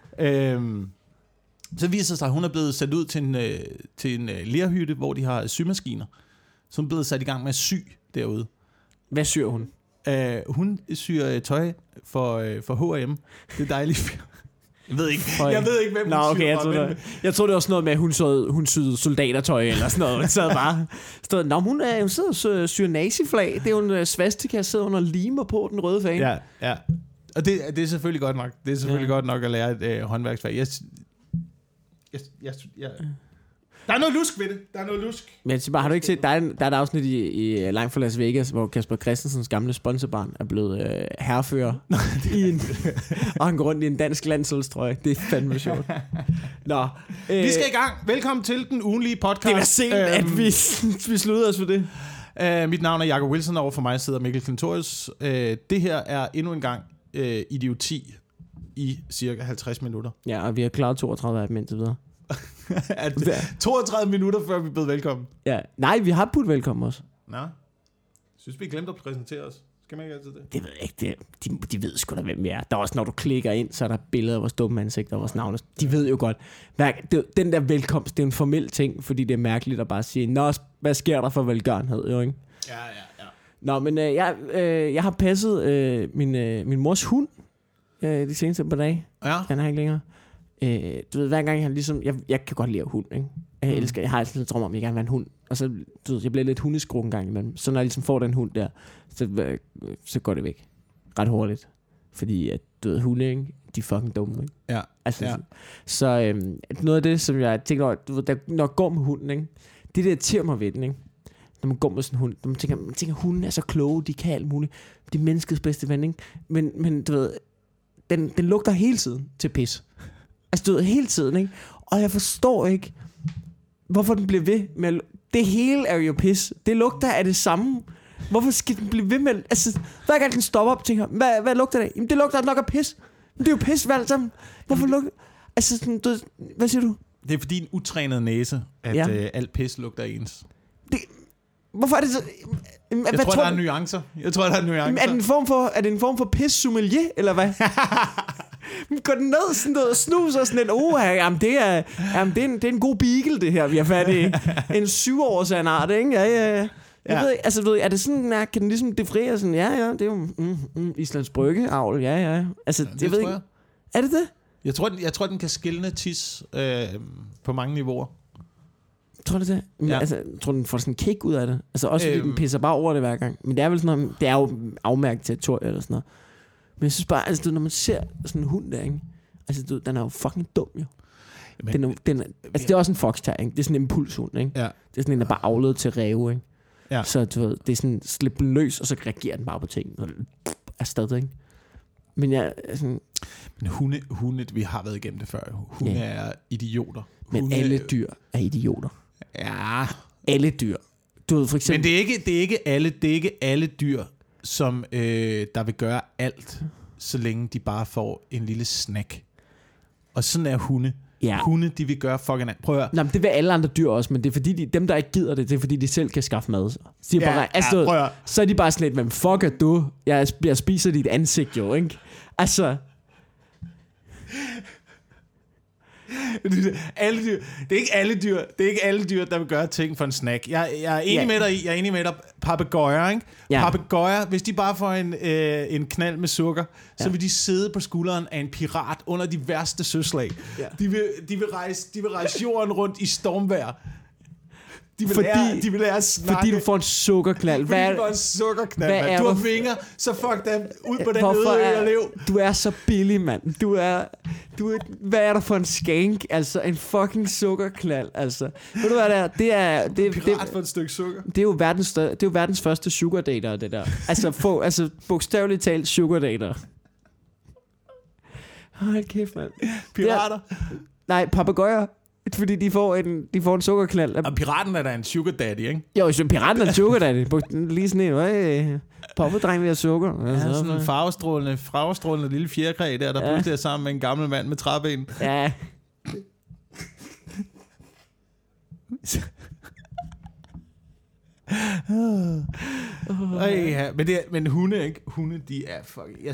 Så viser det sig, at hun er blevet sat ud til en lerhytte, hvor de har symaskiner. Så hun er blevet sat i gang med at sy derude. Hvad syr hun? Hun syr tøj for H&M. Det er dejligt. Jeg ved ikke, hvem hun syr. Jeg troede, det var sådan noget med, at hun syede soldatertøj eller sådan noget. Så bare stod, hun sidder og syr naziflag. Det er jo en svastika, sidder under limer på den røde fane. Ja. Og det er selvfølgelig godt nok. Det er selvfølgelig godt nok at lære et håndværksfag. Der er noget lusk ved det. Men har du ikke set, der er et afsnit i Langt fra Las Vegas, hvor Kasper Christensens gamle sponsorbarn er blevet herrefører og han går rundt i en dansk landsholdstrøje. Det er fandme sjovt. Nå, vi skal i gang. Velkommen til den ugenlige podcast. Det var sent, at vi sluttede os for det. Mit navn er Jacob Wilson, og over for mig sidder Mikkel Klintorius. Det her er endnu en gang idioti i cirka 50 minutter. Ja, og vi har klaret 32 af dem indtil videre. 32 minutter før vi blev velkommen. Ja. Nej, vi har budt velkommen også. Nå. Synes vi glemte at præsentere os? Skal man ikke altid det? Det ved jeg ikke. De ved sgu da, hvem vi er. Der er også, når du klikker ind, så er der billeder af vores dumme ansigter og vores navne. De ved jo godt. Den der velkomst, det er en formel ting, fordi det er mærkeligt at bare sige, nå, hvad sker der for velgørenhed, jo ikke? Ja. Nå, men jeg har passet min mors hund de seneste par dage. Ja. Den er ikke længere. Du ved, hver gang jeg ligesom... Jeg kan godt lide hund, ikke? Jeg har altid en drøm om, at jeg gerne vil have en hund. Og så, du ved, jeg bliver lidt hundeskru en gang imellem. Så når jeg ligesom får den hund der, så går det væk. Ret hurtigt. Fordi, at du ved, hunde, ikke? De er fucking dumme, ikke? Ja. Altså, ja. Så noget af det, som jeg tænker over, du ved, når jeg går med hunden, ikke? Det der irriterer mig ved den, ikke? Når man går med sådan en hund, man tænker, hunden er så kloge, de kan alt muligt. De er menneskets bedste ven, ikke? Men du ved, den lugter hele tiden til pis. Altså, du ved, hele tiden, ikke? Og jeg forstår ikke, hvorfor den bliver ved med... Det hele er jo pis. Det lugter af det samme. Hvorfor skal den blive ved med... Altså, hver gang den stopper op og tænker, hvad lugter det? Jamen, det lugter nok af pis. Men det er jo pis, hvad alt sammen. Hvorfor lugter... Altså, sådan, hvad siger du? Det er fordi en utrænet næse, at alt pis lugter ens. Hvorfor er det så... Jeg tror, der er nuancer. Er det en form for pis sommelier, eller hvad? Går den ned sådan noget, snuser sådan en, det er en god beagle, det her, vi har fat i. En 7-års af en art, ikke? Ja. Jeg ved ikke, altså, er det sådan, kan den ligesom differere sådan, det er jo Islands Brygge-avl, ja. Altså, det ved ikke. Er det det? Jeg tror, den kan skille tis på mange niveauer. Tror du det? Ja. Altså, jeg tror, den får sådan en kick ud af det. Altså, også fordi den pisser bare over det hver gang. Men det er vel sådan noget, det er jo afmærket territorium eller sådan noget. Men jeg synes bare, altså, når man ser sådan en hund der, ikke? Altså, den er jo fucking dum, jo. Men, det er også en foxterrier, ikke? Det er sådan en impulshund, ikke? Ja. Det er sådan en, der bare afledet til ræve, ikke? Ja. Så du ved, det er sådan, slip den løs, og så reagerer den bare på ting. Og afsted, ikke? Men jeg sådan... Men hunde, vi har været igennem det før. Hunde er idioter. Men alle dyr er idioter. Ja. Alle dyr. Du ved, for eksempel... Men det er ikke alle dyr, som der vil gøre alt, så længe de bare får en lille snack. Og sådan er hunde. Ja. Hunde, de vil gøre fucking alt. Prøv at høre. Nej, men det vil alle andre dyr også, men det er fordi, dem der ikke gider det, det er fordi, de selv kan skaffe mad. Så er de bare sådan lidt, men fuck er du? Jeg spiser dit ansigt jo, ikke? Altså... Alle dyr. Det er ikke alle dyr, der vil gøre ting for en snack. Jeg er enig med dig. Jeg er enig med dig. Papegøjer, ikke? Ja. Papegøjer, hvis de bare får en knald med sukker, så vil de sidde på skulderen af en pirat under de værste søslag. Ja. De vil rejse jorden rundt i stormvejr. De vil lære at snakke. Fordi du får en sukkerknald. Fordi du får en sukkerknald. Du har vinger, så fuck dem ud på den øde ø og lev. Du er så billig, mand. Hvad er der for en skank? Altså, en fucking sukkerknald. Altså, ved du hvad det er? Det er pirat for et stykke sukker. Det er jo verdens første sugar dater, det der. Altså, bogstaveligt talt sugar dater. Hold kæft, mand. Pirater? Nej, papegøjer. Fordi de får en sukkerknald. Og piraten er da en sugar daddy, ikke? Jo, så piraten er en sugar daddy. Lige sådan en, poppedreng ved at sukker. Ja, sådan en farvestrålende lille fjerkræ der pludselig er sammen med en gammel mand med træben. Ja. Men hunde, ikke? Hunde, de er fucking...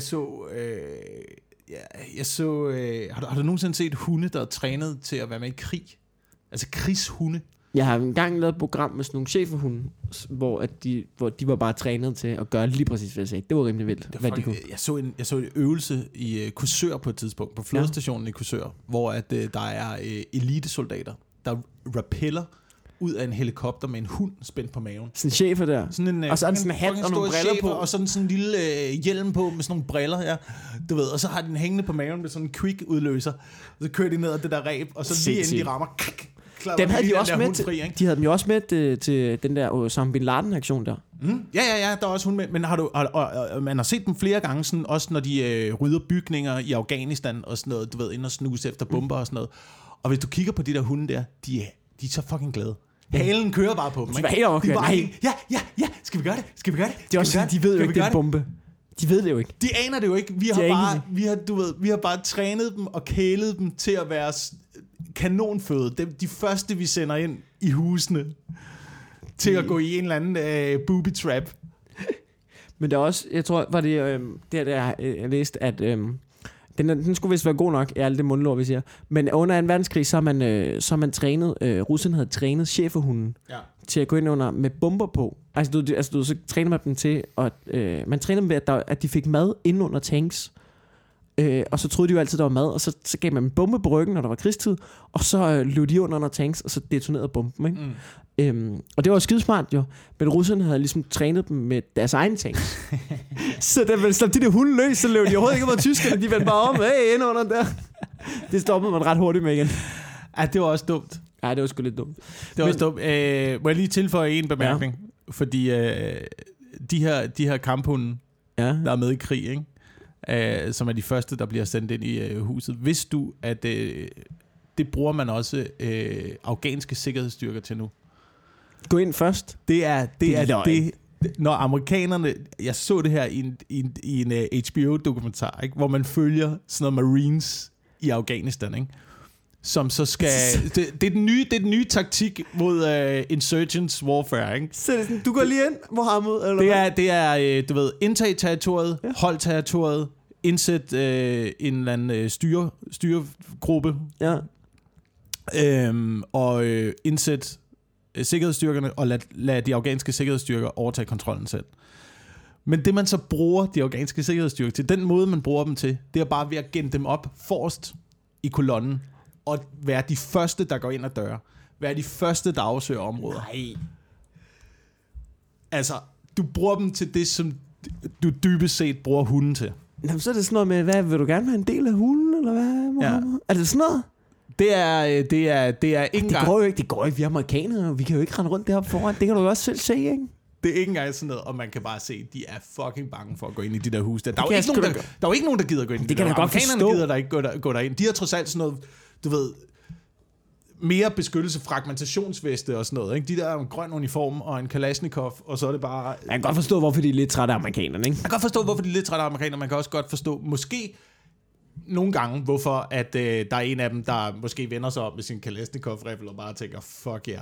Har du nogensinde set hunde, der er trænet til at være med i krig? Altså krigshunde? Jeg har engang lavet et program med sådan nogle cheferhunde, hvor de var bare trænet til at gøre lige præcis, hvad jeg sagde. Det var rimelig vildt. Jeg så en øvelse i Korsør på et tidspunkt, på flådestationen i Korsør, hvor at, der er elitesoldater, der rappeller ud af en helikopter med en hund spændt på maven. Sådan en chefer der. Og så er sådan en hat og nogle briller på. Og sådan en lille hjelm på med sådan nogle briller, ja. Du ved, og så har de den hængende på maven med sådan en quick udløser. Og så kører de ned ad det der ræb, og så lige inden de rammer... Dem havde de også med de havde dem jo også med til den der Osama Bin Laden-aktion der. Ja, der er også hun med. Men man har set dem flere gange, sådan, også når de rydder bygninger i Afghanistan og sådan noget, du ved, ind og snuse efter bomber og sådan noget. Og hvis du kigger på de der hunde der, de er så fucking glade. Halen kører bare på dem, ikke? De er bare, ja, skal vi gøre det? Det er også, de ved jo ikke, det er en bombe. De ved det jo ikke. De aner det jo ikke. Vi har bare trænet dem og kælet dem til at være kanonføde. De første, vi sender ind i husene til at gå i en eller anden booby trap. Men der er også, jeg tror, var det der jeg læste, at den skulle vist være god nok, alt det mundlort, vi siger. Men under 2. verdenskrig, så har man trænet, russerne havde trænet cheferhunden til at gå ind under med bomber på. Altså, så træner man dem til, man træner dem ved, at de fik mad inde under tanks. Og så troede de jo altid, der var mad, og så gav man en bombe på ryggen, når der var krigstid, og så løb de under tanks, og så detonerede bomben, ikke? Og det var skidesmart jo, men russerne havde ligesom trænet dem med deres egen tanks. Så da man slap de der hunde løs, så løb de overhovedet ikke over tyskerne, de vendte bare om, ind under der. Det stoppede man ret hurtigt med igen. Ja, det var også dumt. Ja, det var sgu lidt dumt. Må jeg lige tilføje en bemærkning? Ja. Fordi de her kamphunde, der er med i krig, ikke? Som er de første, der bliver sendt ind i huset. Vidste du, at det bruger man også afghanske sikkerhedsstyrker til nu? Gå ind først. Det er når amerikanerne... Jeg så det her i en HBO-dokumentar, ikke? Hvor man følger sådan noget Marines i Afghanistan, ikke? som så skal... Det er den nye taktik mod insurgents warfare, ikke? Så det sådan, du går lige ind, Mohammed, eller det er du ved, indtag territoriet, hold territoriet, indsæt en eller anden styregruppe, og indsæt sikkerhedsstyrkerne, og lad de afghanske sikkerhedsstyrker overtage kontrollen selv. Men det man så bruger de afghanske sikkerhedsstyrker til, den måde man bruger dem til, det er bare ved at gemme dem op forrest i kolonnen, og være de første, der går ind ad døre. Være de første, der afsøger områder. Nej. Altså, du bruger dem til det, som du dybest set bruger hunden til. Jamen, så er det sådan noget med, hvad, vil du gerne være en del af hunden, eller hvad, Mohammed? Ja. Er det sådan noget? Det er ikke engang... Det går ikke, vi er amerikanere, vi kan jo ikke rende rundt deroppe foran. Det kan du jo også selv se, ikke? Det er ikke engang sådan noget, og man kan bare se, de er fucking bange for at gå ind i de der huse. Der er jo ikke nogen, der gider gå ind i det kan jeg godt forstå. Amerikanerne gider der ikke gå derind. De har trods alt sådan noget, du ved, mere beskyttelse, fragmentationsveste og sådan noget. Ikke? De der er en grøn uniform og en Kalashnikov, og så er det bare... Jeg kan godt forstå, hvorfor de er lidt trætte af amerikanerne, ikke? Jeg kan godt forstå, hvorfor de er lidt trætte af amerikanerne. Man kan også godt forstå, måske nogle gange, hvorfor at der er en af dem, der måske vender sig op med sin Kalashnikov-riffel og bare tænker, fuck yeah.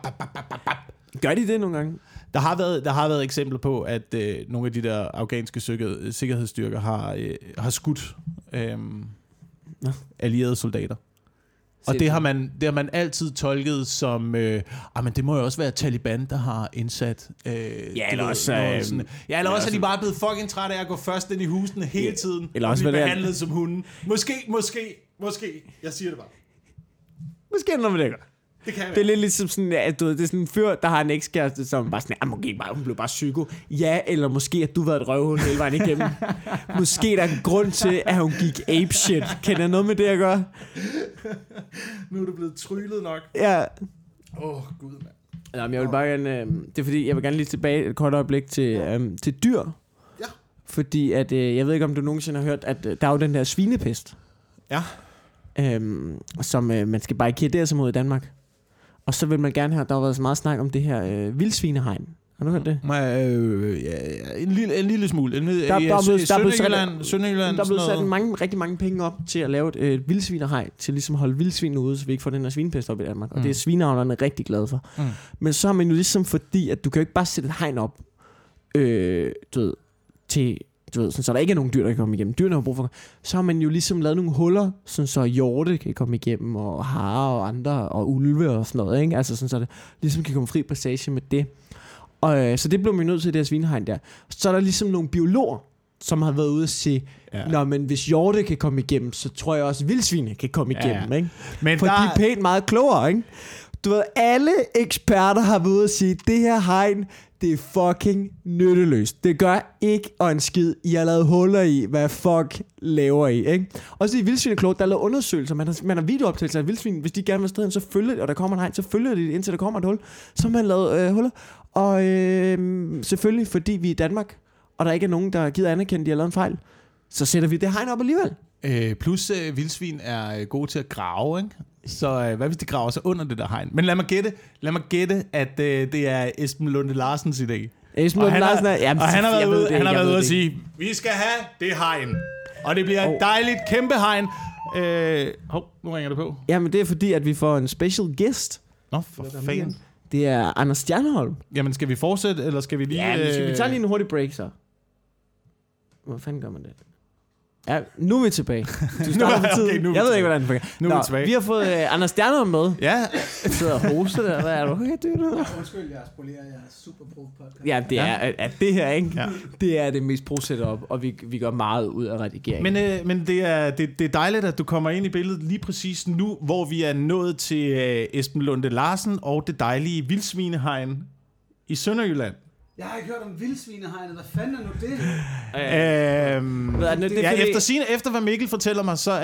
Gør de det nogle gange? Der har været eksempler på, at nogle af de der afghanske sikkerhedsstyrker har skudt allierede soldater. Og det har man altid tolket som, men det må jo også være Taliban, der har indsat. Eller også er de bare blevet fucking trætte af at gå først ind i husene hele tiden. Eller også og blive behandlet som hunden. Måske. Jeg siger det bare. Måske noget med det gør. Det er lidt ligesom sådan, at det er sådan en fyr, der har en ekskæreste, som bare sådan, hun blev bare psyko. Ja, eller måske, at du var et røvhul hele vejen igennem. Måske der er en grund til, at hun gik apeshit. Kan der noget med det at gøre? Nu er du blevet tryllet nok. Ja. Gud, mand. Jamen, jeg vil bare gerne, det er fordi, jeg vil gerne lige tilbage et kort øjeblik til dyr. Ja. Fordi at, jeg ved ikke, om du nogensinde har hørt, at der er jo den der svinepest. Ja. Som man skal barrikadere sig mod i Danmark. Og så vil man gerne have, der har været så meget snak om det her vildsvinehegn. Har du hørt det? En lille smule. Der er blevet sat rigtig mange penge op til at lave et vildsvinehegn, til ligesom at holde vildsvin ude, så vi ikke får den her svinepest op i Danmark. Og det er svineavlerne rigtig glade for. Men så har man jo ligesom fordi, at du kan jo ikke bare sætte et hegn op, så der ikke er nogen dyr, der kan komme igennem. Dyrene har brug for. Så har man jo ligesom lavet nogle huller, sådan så hjorte kan komme igennem, og harer og andre, og ulve og sådan noget, ikke? Altså sådan så det ligesom kan komme fri passage med det. Og så det blev man nødt til, det her svinehegn der. Så er der ligesom nogle biologer, som har været ude og sige, men hvis hjorte kan komme igennem, så tror jeg også, at vildsvine kan komme igennem, ikke? Men for de er pænt meget klogere, ikke? Du ved, alle eksperter har været ude og sige, det her hegn, det er fucking nytteløst. Det gør ikke og en skid. I har lavet huller i, hvad fuck laver I, ikke? Også i vildsvineklogt, der er lavet undersøgelser. Man har videooptagelser af vildsvin. Hvis de gerne vil stede, så følger det, og der kommer en hegn, så følger det, indtil der kommer et hul. Så har man lavet huller. Og selvfølgelig, fordi vi er i Danmark, og der ikke er nogen, der gider anerkende, at de har lavet en fejl, så sætter vi det hegn op alligevel. Plus vildsvin er gode til at grave, ikke? Så hvad hvis de graver sig under det der hegn? Men lad mig gætte, at det er Esben Lunde Larsens idé. Esben Lunde Larsen han har været ude og sige, vi skal have det hegn. Og det bliver et dejligt kæmpe hegn. Nu ringer det på. Jamen det er fordi, at vi får en special guest. Nå, for fanden. Det er Anders Stjernholm. Jamen skal vi fortsætte, eller skal vi lige... Ja, vi tager lige en hurtig break så. Hvor fanden gør man det? Ja, nu er vi tilbage. Du starter for tiden. Okay, jeg ved ikke, hvordan det fungerer. Nu er vi tilbage. Vi har fået Anders Stjernholm med. Ja. Jeg sidder og hoster der. Hvad er du? Okay, undskyld, jeg spolerer. Jeg er super pro podcast. Ja, det er det her, ikke? Ja. Det er det mest pro setup, og vi gør meget ud af redigering. Men det er dejligt, at du kommer ind i billedet lige præcis nu, hvor vi er nået til Esben Lunde Larsen og det dejlige vildsvinehegn i Sønderjylland. Jeg har ikke hørt om vildsvinehegnet. Hvad fanden er nu det? Efter hvad Mikkel fortæller mig, så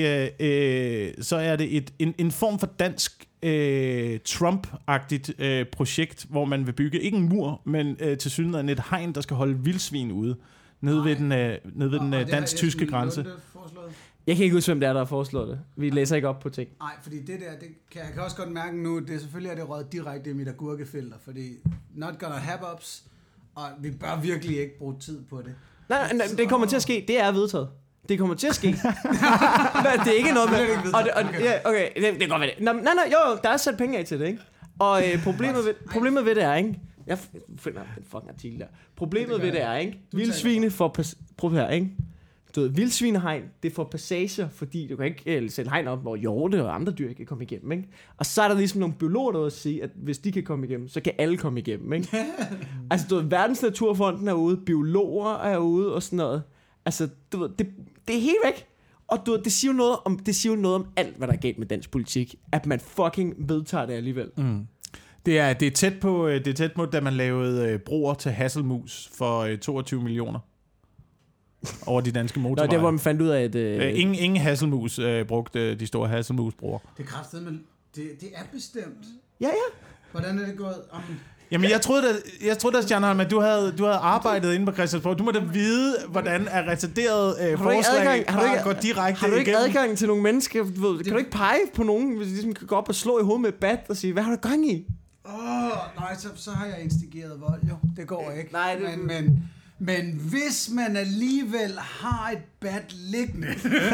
er det en form for dansk Trump-agtigt projekt, hvor man vil bygge ikke en mur, men tilsyneladende et hegn, der skal holde vildsvin ude nede ved den dansk-tyske grænse. Jeg kan ikke huske, hvem det er, der har foreslået det. Vi læser ikke op på ting. Nej, fordi det der, jeg kan også godt mærke nu, det selvfølgelig er det røget direkte i mit agurkefilter, fordi not gonna have ups, og vi bør virkelig ikke bruge tid på det. Nej, det kommer til at ske. Det er vedtaget. Det kommer til at ske. Det er ikke noget med... Okay, det kan godt være det. Nej, jo, der er sat penge af til det, ikke? Og problemet ved det er, ikke? Jeg finder den fucking artikel der. Problemet ved det er, ikke? Vildsvine får... Prøv her, ikke? Du ved, vildsvinehegn, det får passager, fordi du kan ikke sætte hegn op, hvor hjorte og andre dyr kan komme igennem, ikke? Og så er der ligesom nogle biologer, der vil sige, at hvis de kan komme igennem, så kan alle komme igennem, ikke? Altså, du ved, Verdensnaturfonden er ude, biologer er ude og sådan noget. Altså, du ved, det er helt væk. Og du ved, det siger jo noget om alt, hvad der er galt med dansk politik, at man fucking vedtager det alligevel. Mm. Det er tæt på, da man lavede broer til hasselmus for 22 millioner. Over de danske motorveje. Nå, det var man fandt ud af, at... Ingen hasselmus brugte de store hasselmusbroer. Det er kraftigt, men det er bestemt. Ja. Hvordan er det gået? Jamen, jeg troede da, Stjernholm, at du havde arbejdet inde på Christiansborg. Du må da vide, hvordan er retarderet forslag bare går direkte Har du ikke igennem? adgang til nogle mennesker? Kan du ikke pege på nogen, hvis de ligesom kan gå op og slå i hovedet med et bat og sige, hvad har du gang i? Nej, så har jeg instigeret vold, jo. Det går ikke. Nej, Men hvis man alligevel har et bat liggende...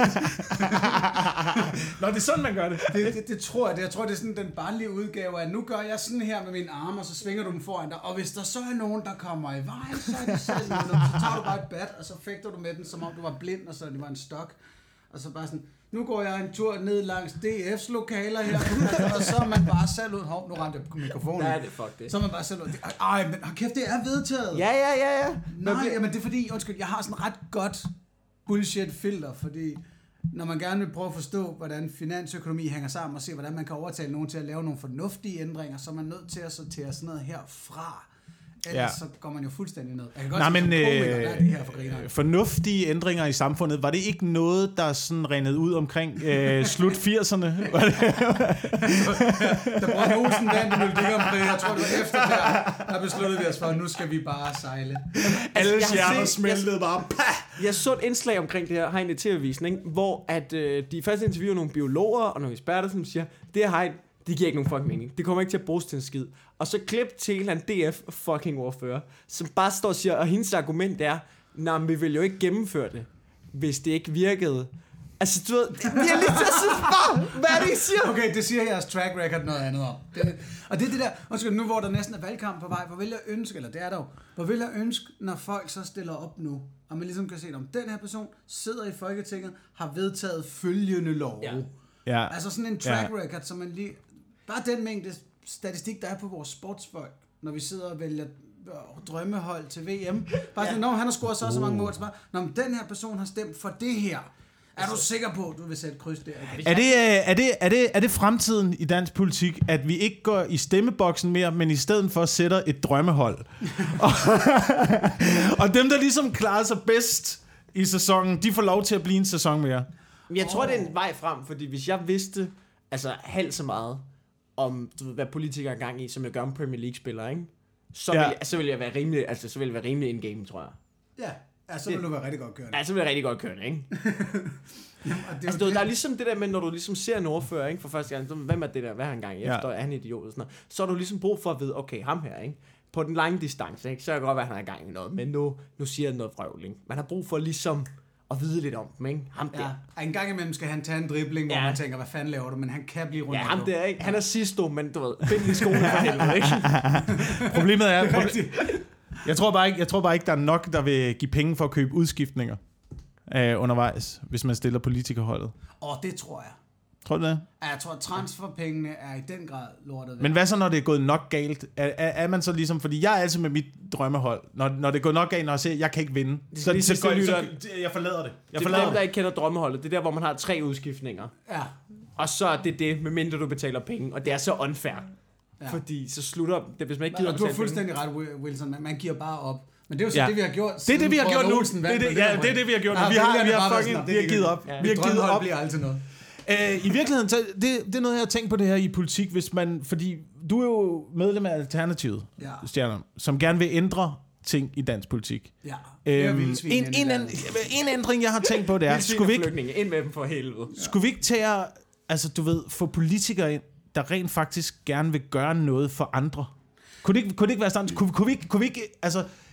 Nå, det er sådan, man gør det. Det tror jeg. Jeg tror, det er sådan den barnlige udgave, at nu gør jeg sådan her med mine arme, og så svinger du dem foran dig. Og hvis der så er nogen, der kommer i vejen, så er de selv med dem. Så tager du bare et bat, og så fægter du med den, som om du var blind, og så det var en stok. Og så bare sådan, nu går jeg en tur ned langs DF's lokaler her, og så er man bare selv ud. Hov, nu ramte jeg på mikrofonen. Ja, det fuck det. Så er man bare selv ud. Ej, men kæft, det er vedtaget. Ja. Nej, men det er fordi, undskyld, jeg har sådan ret godt bullshit-filter, fordi når man gerne vil prøve at forstå, hvordan finansøkonomi hænger sammen, og se, hvordan man kan overtale nogen til at lave nogle fornuftige ændringer, så er man nødt til at sortere sådan noget herfra. Ellers så går man jo fuldstændig ned. Jeg kan godt se, her for fornuftige ændringer i samfundet, var det ikke noget, der sådan renede ud omkring slut 80'erne? Der brugte Olsen vand, jeg tror, det var efter der besluttede vi os for, at nu skal vi bare sejle. Alle stjerner smeltede bare. Jeg så et indslag omkring det her hegn i TV-avisen, ikke? Hvor at, de først interviewer nogle biologer og nogle eksperter, som siger, det her hegn, det giver ikke nogen fucking mening. Det kommer ikke til at bruges til en skid. Og så klip til en eller anden DF fucking ordfører, som bare står og siger, og hendes argument er, nej, men vi vil jo ikke gennemføre det, hvis det ikke virkede. Altså, du ved, jeg er lige til at sige, hvad er det, I siger? Okay, det siger jeres track record noget andet om. Og det er det der, undskyld, nu hvor der næsten er valgkamp på vej, hvor vil jeg ønske, eller det er der jo, hvor vil jeg ønske, når folk så stiller op nu, og man ligesom kan se, om den her person sidder i Folketinget, har vedtaget følgende lov. Ja. Altså sådan en track record, som man lige... Bare den mængde statistik, der er på vores sportsfolk, når vi sidder og vælger drømmehold til VM. Bare sådan, når han har scoret så mange mål, så bare, når den her person har stemt for det her, er du sikker på, at du vil sætte kryds der? Er det fremtiden i dansk politik, at vi ikke går i stemmeboksen mere, men i stedet for sætter et drømmehold? Og dem, der ligesom klarer sig bedst i sæsonen, de får lov til at blive en sæson mere. Jeg tror, det er en vej frem, fordi hvis jeg vidste halvt så meget om, du ved, hvad politikere er gang i, som jeg gør om Premier League-spillere, ikke? Så vil jeg være rimelig, så vil jeg være rimelig in-game, tror jeg. Ja, så vil du være rigtig godt kørende. Ja, så vil jeg rigtig godt kørende, ikke? Der er ligesom det der med, når du ligesom ser en ordfører, ikke, for første gang, hvem er det der, hvad har han gang i efter, er han idiot og sådan noget, så er du ligesom brug for at vide, okay, ham her, ikke? På den lange distance, ikke? Så kan det godt være, han har gang i noget, men nu siger han noget vrøvl, ikke? Man har brug for ligesom at vide lidt om dem, ikke? Ham der. Ja, en gang imellem skal han tage en dribling, hvor man tænker, hvad fanden laver du? Men han kan blive rundt. Ja, ham der, ikke? Han er sidste, men du ved, find i skolen for helvede, ikke? Problemet er, jeg tror bare ikke, der er nok, der vil give penge for at købe udskiftninger undervejs, hvis man stiller politikerholdet. Det tror jeg. Tror du det? Ja, jeg tror, at transferpengene er i den grad lortet. Men hvad så, når det er gået nok galt? Er man så ligesom, fordi jeg er altid med mit drømmehold, når det er gået nok galt, når jeg ser, jeg kan ikke vinde, så jeg forlader det. Det er dem, der ikke kender drømmeholdet. Det er der, hvor man har 3 udskiftninger. Ja. Og så er det medmindre du betaler penge, og det er så unfair. Ja. Fordi så slutter det, hvis man ikke gider. Du har fuldstændig ret, Wilson. Man giver bare op. Men det er jo så det, vi har gjort. Det er det, vi har gjort nu. Det er det, vi har gjort nu. Vi har givet op. Vi har givet op. Bliver altid noget. I virkeligheden, så det er noget, jeg har tænkt på det her i politik, fordi du er jo medlem af Alternativet, Stjerner, som gerne vil ændre ting i dansk politik. Ja, en ændring, jeg har tænkt på, det er, skulle vi ikke... Ind med dem for helvede. Skulle vi ikke tage at, altså du ved, få politikere ind, der rent faktisk gerne vil gøre noget for andre? Kunne det ikke være sådan? Kunne vi ikke, altså...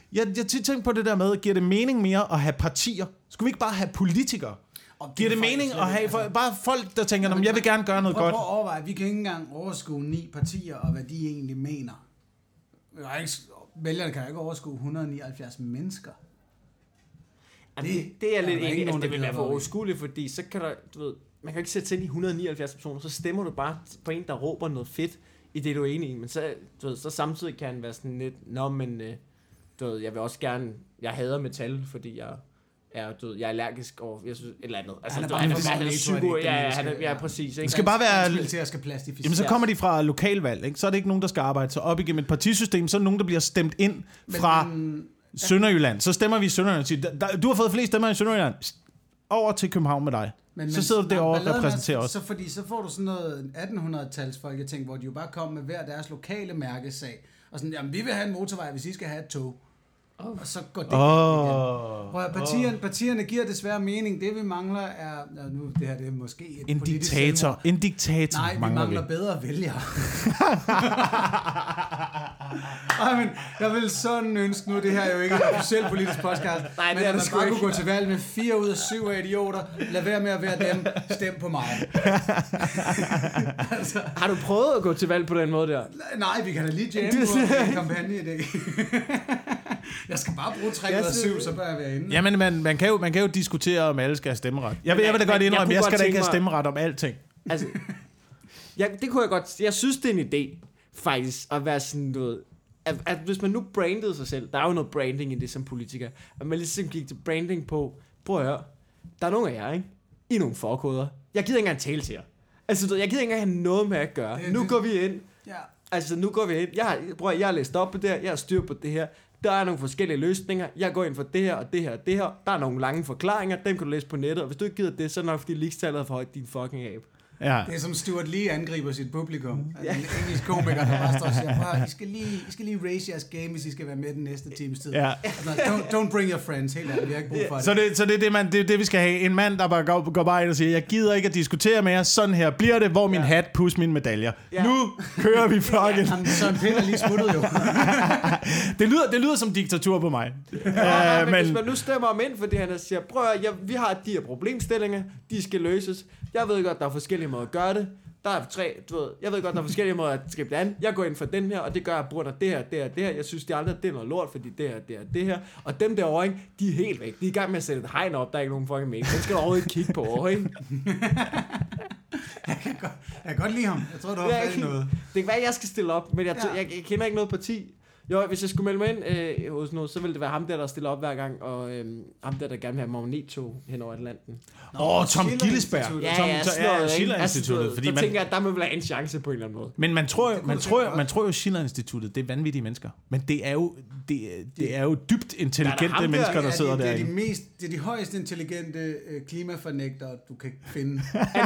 Jeg tit tænkt på det der med, giver det mening mere at have partier? Skulle vi ikke bare have politikere? Giver det mening at have bare folk, der tænker, jeg vil gerne gøre noget godt? Prøv at overveje, vi kan ikke engang overskue 9 partier, og hvad de egentlig mener. Vælgerne kan ikke overskue 179 mennesker. Det er lidt ikke, altså det vil være for overskueligt, fordi så kan der, du ved, man kan ikke sætte sig ind i 179 personer, så stemmer du bare på en, der råber noget fedt i det, du er enig i, men så, du ved, så samtidig kan han være sådan lidt, du ved, jeg vil også gerne, jeg hader metal, fordi jeg er allergisk over, jeg synes, et eller andet. Altså, han er psyko, ja, præcis. Ikke? Det skal bare være... Jamen, så kommer de fra lokalvalg, ikke? Så er det ikke nogen, der skal arbejde sig op igennem et partisystem, så er det nogen, der bliver stemt ind fra Sønderjylland. Så stemmer vi i Sønderjylland og siger, du har fået flest stemmer i Sønderjylland, over til København med dig. Så sidder du derovre og repræsenterer os. Så får du sådan noget 1800-tals folketing, hvor de jo bare kommer med hver deres lokale mærkesag. Og sådan, jamen vi vil have en motorvej, hvis I skal have et tog. Og så går det igen. Partierne giver desværre mening. Det vi mangler er... Nu, det her det er måske et en diktator. En diktator. Nej, vi mangler bedre vælgere. Men jeg vil sådan ønske nu, det her er jo ikke en officiel politisk podcast, nej, men at man bare kunne gå til valg med 4 ud af 7 af idioter. Lad være med at være dem. Stem på mig. Altså. Har du prøvet at gå til valg på den måde der? Nej, vi kan da lige jamme på en kampagne i dag. Jeg skal bare bruge 3 ud af 7, så bør jeg være inde. Jamen, man kan jo diskutere, om alle skal have stemmeret. Jeg vil da godt indrømme, jeg skal da ikke have stemmeret om alting. Altså, det kunne jeg godt... Jeg synes, det er en idé, faktisk, at være sådan noget... At hvis man nu brandede sig selv, der er jo noget branding i det som politiker, at man ligesom gik til branding på, prøv at høre, der er nogle af jer, ikke? I nogle forkoder. Jeg gider ikke engang tale til jer. Altså, jeg gider ikke engang have noget med at gøre. Nu går vi ind. Ja. Altså, nu går vi ind. Jeg har læst op på det her, jeg har styr på det her. Der er nogle forskellige løsninger. Jeg går ind for det her og det her og det her. Der er nogle lange forklaringer. Dem kan du læse på nettet. Og hvis du ikke gider det, så er det nok fordi leakstallet er for højt, din fucking abe. Ja. Det er som Stuart Lee angriber sit publikum. Ja. En engelsk komiker, der bare står og siger, I skal lige raise jeres game, hvis I skal være med den næste times tid. Ja. Don't bring your friends. Helt ærligt, vi har ikke brug for det. Så det er det, vi skal have. En mand, der bare går bare ind og siger, jeg gider ikke at diskutere med jer. Sådan her bliver det, hvor min hat, pus mine medaljer. Ja. Nu kører vi fucking. Ja, Søren Pind er lige smuttet jo. det lyder som diktatur på mig. Men hvis man nu stemmer om ind, fordi han siger, prøv at vi har de her problemstillinger, de skal løses. Jeg ved godt, der er forskellige måder at gøre det. Der er 3, du ved. Jeg ved godt, der er forskellige måder at skrive det an. Jeg går ind for den her, og det gør jeg bruger det her. Jeg synes, de andre, det er noget lort, fordi det her. Og dem derovre, ikke, de er helt væk. De er i gang med at sætte et hegn op, der er ikke nogen fucking mening. Den skal du overhovedet ikke kigge på over, ikke? Jeg kan godt lide ham. Jeg tror, du har fat i noget. Det kan være, jeg skal stille op, men jeg kender ikke noget parti. Jo, hvis jeg skulle melde mig ind hos noget, så ville det være ham der stiller op hver gang, og ham der gerne vil have magnettog hen over Atlanten. Tom Gillesberg. Ja, Schiller-instituttet. Så tænker jeg, at der må vel have en chance på en eller anden måde. Men man tror jo Schiller-instituttet, det er vanvittige mennesker. Men det er jo dybt intelligente mennesker, der sidder der. Det er de højst intelligente klimafornægtere, du kan finde.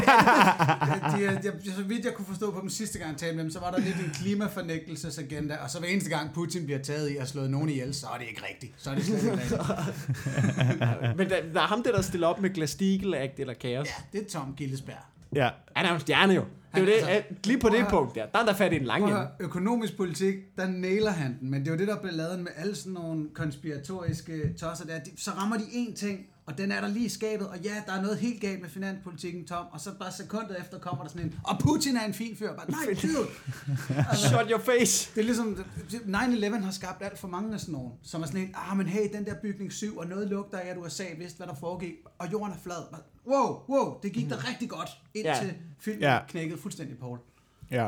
Så vidt jeg kunne forstå på dem sidste gang, jeg talte med dem, så var der lidt en klimafornægtelsesagenda, og så hver eneste gang Putin bliver taget i og slået nogen ihjel, så er det ikke rigtigt. Så er det slet ikke rigtigt. Men der er ham der stiller op med Glass-Steagall-akt eller kaos. Ja, det er Tom Gillesberg. Ja. Han er jo en stjerne jo. Det er jo det, lige på det punkt der. Der er der fat i en lang ende. Økonomisk politik, der nailer han den, men det er jo det, der bliver lavet med alle sådan nogle konspiratoriske tosser der. Så rammer de én ting, og den er der lige i skabet, og ja, der er noget helt galt med finanspolitikken, Tom, og så bare sekundet efter kommer der sådan en, og Putin er en fin fyr. Bare, nej, dude! Altså, shut your face! Det er ligesom, 9/11 har skabt alt for mange af sådan nogen, som er sådan en, men hey, den der bygning 7, og noget lugter af, at USA vidste, hvad der foregik, og jorden er flad. Wow, det gik da rigtig godt, indtil filmen knækkede fuldstændig på. Ja.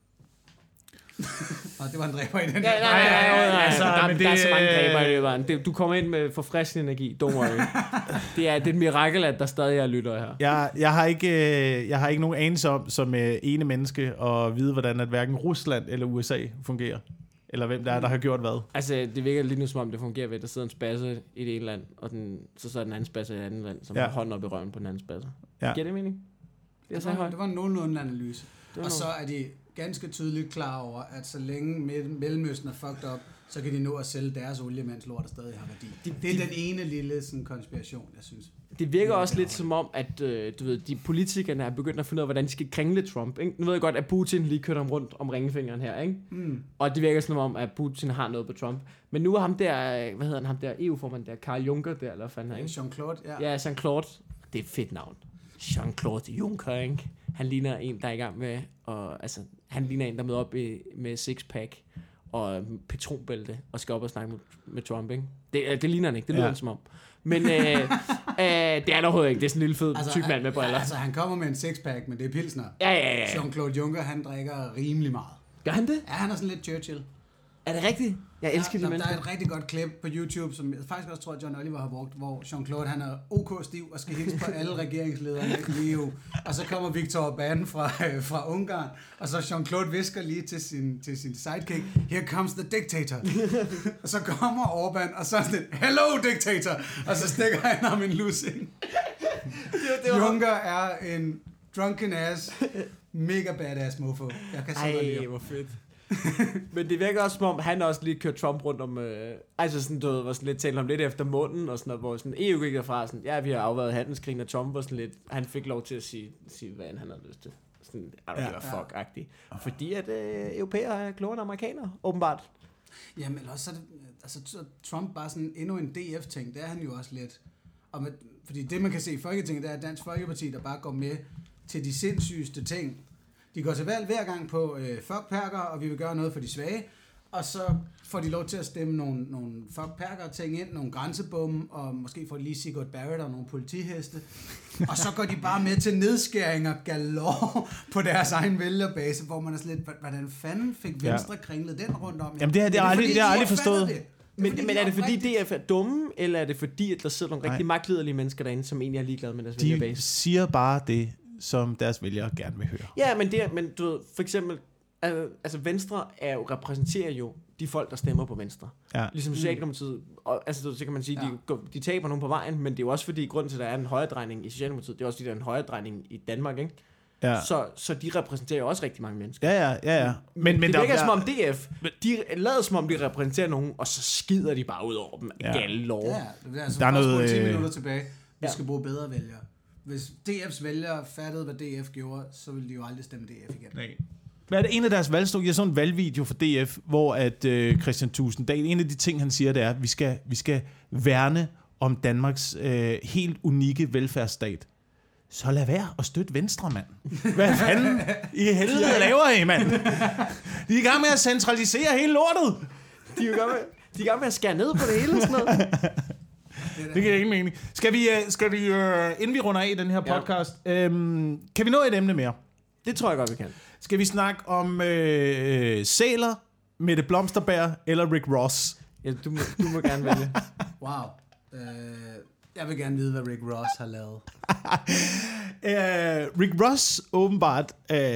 Og det var en dræber i den. Nej, der er så mange dræber i det. Du kommer ind med forfriskende energi, don't worry. Det er et mirakel, at der stadig er lyttere her. Jeg har ikke nogen anelse om, som ene menneske, at vide, hvordan at hverken Rusland eller USA fungerer. Eller hvem der er, der har gjort hvad. Altså, det virker lige nu som om, det fungerer ved, at der sidder en spasser i det ene land, og så sidder den anden spasser i det andet land, som har hånden op i røven på den anden spasser. Ja. Giver det mening? Det var en nogenlunde analyse. Og så er de ganske tydeligt klar over, at så længe Mellemøsten er fucked up, så kan de nå at sælge deres olie, mens lortet stadig har værdi. Det er den ene lille sådan, konspiration, jeg synes. Det virker også lidt som om, at du ved, de politikerne er begyndt at finde ud af, hvordan de skal kringle Trump. Ikke? Nu ved jeg godt, at Putin lige kørte ham rundt om ringefingeren her, ikke? Og det virker som om, at Putin har noget på Trump. Men nu er ham der, hvad hedder han, ham der EU-formand der, Karl Juncker der, eller hvad fanden er, ikke? Jean-Claude, ja. Ja, Jean-Claude. Det er et fedt navn. Jean-Claude Juncker, ikke? Han ligner en, der er i gang med, og altså, han ligner en, der møder op med sixpack og patronbælte og skal op og snakke med Trump, ikke? Det ligner han ikke, det lyder han som om. Men det er der overhovedet ikke. Det er sådan en lille fed tyk mand med briller. Altså, han kommer med en sixpack, men det er pilsner. Ja. Jean-Claude Juncker, han drikker rimelig meget. Gør han det? Ja, han er sådan lidt Churchill. Er det rigtigt? Jeg elsker de mennesker. Der er et rigtig godt klip på YouTube, som jeg faktisk også tror, at John Oliver har brugt, hvor Jean-Claude, han er OK stiv og skal hilse på alle regeringslederne i EU. Og så kommer Viktor Orbán fra Ungarn, og så Jean-Claude visker lige til sin sidekick, here comes the dictator. Og så kommer Orbán, og så er sådan, hello dictator! Og så stikker han ham en lussing. Juncker er en drunken ass, mega badass mofo. Jeg kan sige ej, hvor fedt. Men det virker også som om, han også lige kørte Trump rundt om, altså sådan, du ved, var sådan lidt talt om lidt efter munden, og sådan noget, hvor sådan EU gik derfra, sådan, ja, vi har afværet handelskrigen, og Trump var sådan lidt, han fik lov til at sige hvad han havde lyst til. Sådan, I don't give a fuck-agtig. Fordi at europæer er klogere end amerikanere, åbenbart. Jamen, også så altså Trump bare sådan endnu en DF-ting, det er han jo også lidt. Fordi det, man kan se i Folketinget, det er Dansk Folkeparti, der bare går med til de sindssygeste ting. De går til valg hver gang på fuck-perker, og vi vil gøre noget for de svage. Og så får de lov til at stemme nogle fuck-perker-ting ind, nogle grænsebomme, og måske får de lige Sigurd Barrett og nogle politiheste. Og så går de bare med til nedskæringer galore på deres egen vælgerbase, hvor man er sådan lidt, hvordan fanden fik Venstre kringlet den rundt om? Jamen, det har jeg aldrig forstået. Men er det fordi DF er dumme, eller er det fordi, at der sidder nogle rigtig magtliderlige mennesker derinde, som egentlig er ligeglade med deres vælgerbase? De siger bare det, som deres vælgere gerne vil høre. Ja, men du ved, for eksempel, altså Venstre repræsenterer jo de folk, der stemmer på Venstre. Ja. Ligesom Socialdemokratiet, og, altså så kan man sige, de taber nogen på vejen, men det er jo også fordi, grunden til, at der er en højredrejning i Socialdemokratiet, det er også fordi, der er en højredrejning i Danmark, ikke? Ja. Så de repræsenterer jo også rigtig mange mennesker. Ja. Men det virker som om DF, de lader som om de repræsenterer nogen, og så skider de bare ud over dem. Galore. Ja, det er altså der er noget 10 minutter tilbage. Vi skal bruge bedre vælgere. Hvis DF's vælgere fattede, hvad DF gjorde, så ville de jo aldrig stemme DF igen. Nej. Hvad er det en af deres valgstog? Jeg så en valgvideo for DF, hvor at Christian Tusinddal, en af de ting, han siger, det er, at vi skal værne om Danmarks helt unikke velfærdsstat. Så lad være at støtte Venstre, mand. Hvad fanden i helvede laver I, mand? De er i gang med at centralisere hele lortet. De er i gang med at skære ned på det hele og sådan noget. Det giver ingen mening. Skal vi inden vi runder af i den her podcast, kan vi nå et emne mere? Det tror jeg godt, vi kan. Skal vi snakke om sæler, Mette Blomsterberg eller Rick Ross? Ja, du må gerne vælge. Wow. Jeg vil gerne vide, hvad Rick Ross har lavet. Rick Ross, åbenbart,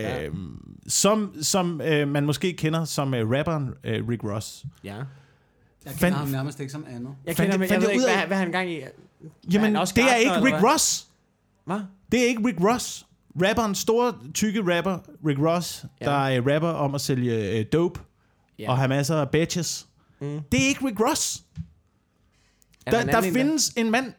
som man måske kender som rapperen Rick Ross. Ja. Jeg kender ham nærmest ikke som andet. Jeg ved ikke, hvad han gang i. Jamen, det er ikke Rick Ross. Hvad? Det er ikke Rick Ross. Rapperen, store, tykke rapper, Rick Ross, der rapper om at sælge dope og have masser af bitches. Det er ikke Rick Ross. Der findes en mand,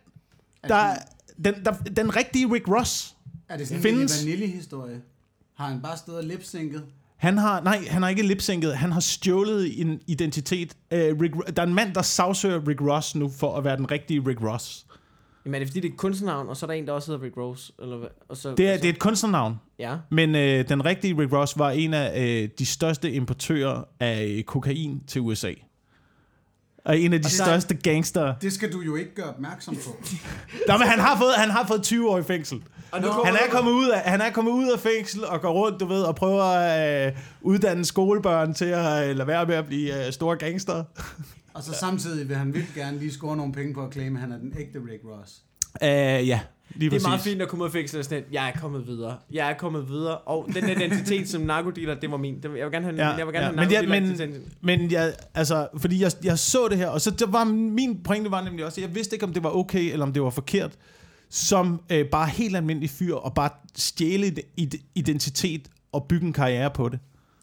den rigtige Rick Ross. Er det sådan en vaniljehistorie? Har han bare stået og lipsynket? Han har ikke lipsynket. Han har stjålet en identitet. Der er en mand, der sagsøger Rick Ross nu for at være den rigtige Rick Ross. Jamen er det fordi, det er et kunstnernavn, og så er der en, der også hedder Rick Ross? Eller hvad? Og så, det er et kunstnernavn. Ja. Men den rigtige Rick Ross var en af de største importører af kokain til USA. Og en af de største gangster. Det skal du jo ikke gøre opmærksom på. Nå, men han har fået 20 år i fængsel. Han er kommet ud af fængsel og går rundt, du ved, og prøver at uddanne skolebørn til at lade være med at blive store gangster. Og så samtidig vil han virkelig gerne lige score nogle penge på at claime, at han er den ægte Rick Ross. Ja, lige præcis. Det er meget fint at komme ud af fængsel og sådan, jeg er kommet videre, og den identitet som narkodealer, det var min. Jeg vil gerne have narkodealer. Men jeg, altså, fordi jeg så det her, og så det var min pointe var nemlig også, jeg vidste ikke, om det var okay, eller om det var forkert, som bare helt almindelig fyr, og bare stjæle identitet og bygge en karriere på det.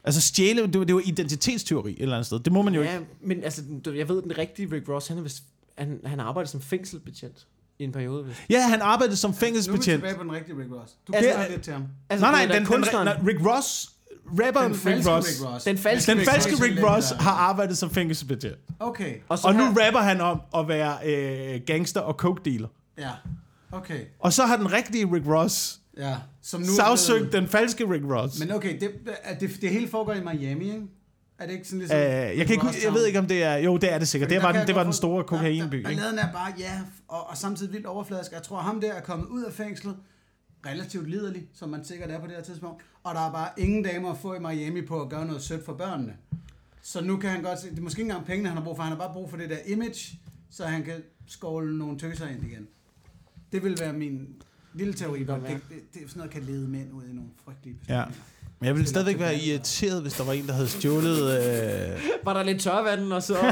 Altså stjæle, det var identitetsteori et eller andet sted. Det må man jo ikke. Ja, men altså, jeg ved, den rigtige Rick Ross, han arbejder som fængselsbetjent i en periode. Ja, han arbejdede som fængselsbetjent. Nu er vi tilbage på den rigtige Rick Ross. Du kender lidt til ham. Altså, nej, Rick Ross, rapperen Rick Ross. Den falske Rick Ross har arbejdet som fængselsbetjent. Okay. Og nu rapper han om at være gangster og coke dealer. Ja, okay. Og så har den rigtige Rick Ross som nu sagsøgt den falske Rick Ross. Men okay, det hele foregår i Miami, ikke? Er det ikke sådan ligesom... Jeg ved ikke, om det er... Jo, det er det sikkert. Det var den store kokainby. Balladen er bare, og samtidig vildt overfladisk. Jeg tror, ham der er kommet ud af fængslet, relativt liderlig, som man sikkert er på det her tidspunkt, og der er bare ingen damer at få i Miami på at gøre noget sødt for børnene. Så nu kan han godt se... Det er måske ikke engang pengene, han har brug for. Han har bare brug for det der image, så han kan skåle nogle tøser ind igen. Det vil være min lille teori, hvor det sådan noget kan lede mænd ud i nogle frygtelige beslutninger. Ja. Men jeg ville stadigvæk være irriteret, hvis der var en, der havde stjålet... Var der lidt tørvand, og så...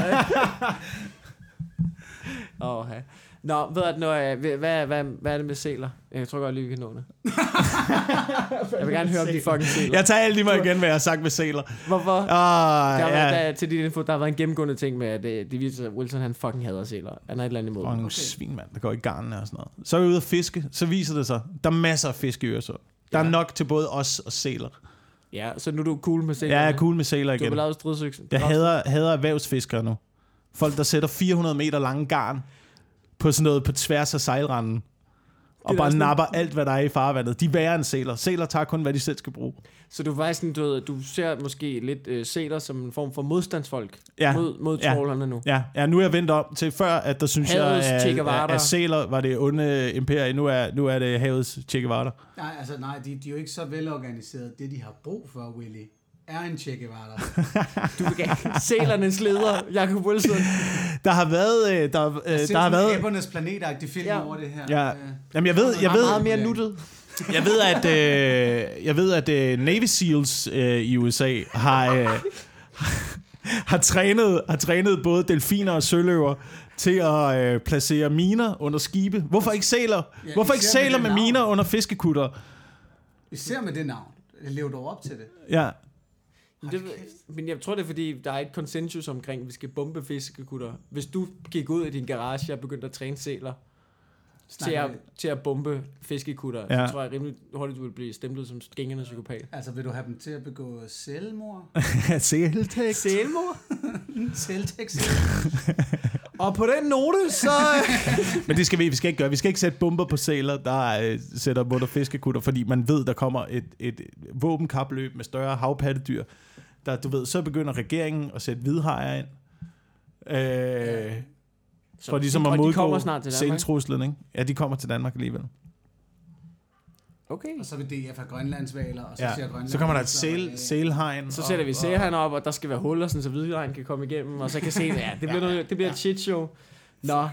Nå, ved du, hvad er det med sæler? Jeg tror godt lige, vi kan nå det. Jeg vil gerne høre om de fucking sæler. Jeg tager alt lige mig igen, hvad jeg har sagt med sæler. Hvorfor? Til din info, der har været en gennemgående ting med, at det viser, at Wilson han fucking hader sæler. Han er et eller andet imod. Og nogle svin, mand, der går i garnene og sådan noget. Så er vi ude at fiske, så viser det sig, der er masser af fisk i Øresund. Der er nok til både os og sæler. Ja, så nu er du cool med sæler. Ja, jeg er cool med sæler igen. Du har lavet stridsøksen. Jeg hader erhvervsfiskere nu. Folk, der sætter 400 meter lange garn på sådan noget på tværs af sejlranden. Og bare napper alt, hvad der er i farvandet. De er værre end sæler. Sæler tager kun, hvad de selv skal bruge. Så du faktisk du ser måske lidt sæler som en form for modstandsfolk mod trawlerne nu. Ja, nu er jeg vendt om til før, at der synes at sæler var det onde imperie. Nu er det havets Che Guevara. Nej, de er jo ikke så velorganiseret. Det, de har brug for, Willy, er en Che Guevara. Du vil gerne sælernes leder, Jacob Wilson. Der har været... der har været æbbernes planetagtig film over det her. Ja. Jamen, jeg ved meget mere nuttet. Jeg ved, at Navy Seals i USA har trænet både delfiner og søløver til at placere miner under skibe. Hvorfor ikke sæler? Hvorfor ikke sæler med miner under fiskekutter? Især med det navn. Lever du op til det? Ja. Men jeg tror, det er fordi, der er et konsensus omkring, at vi skal bombe fiskekutter. Hvis du gik ud i din garage og begyndte at træne sæler til at bombe fiskekutter, så tror jeg rimelig hurtigt, du vil blive stemplet som skængende psykopat. Altså, vil du have dem til at begå selvmord? Selvtægt. Selvmord? Selvtægt. Og på den note, så... Men det skal vi skal ikke gøre. Vi skal ikke sætte bomber på sæler, der sætter mod fiskekutter, fordi man ved, der kommer et våbenkapløb med større havpattedyr. Der, du ved, så begynder regeringen at sætte hvidhajer ind. For ligesom at modgå sæltruslen, ikke? Ja, de kommer til Danmark alligevel. Okay. Og så vil DF have grønlandsvaler, og så siger Grønland... Så kommer der et sælhegn. Så sætter vi sælhegn op, og der skal være huller, så hvidhegn kan komme igennem, og så kan se, det bliver et shit show. Nå.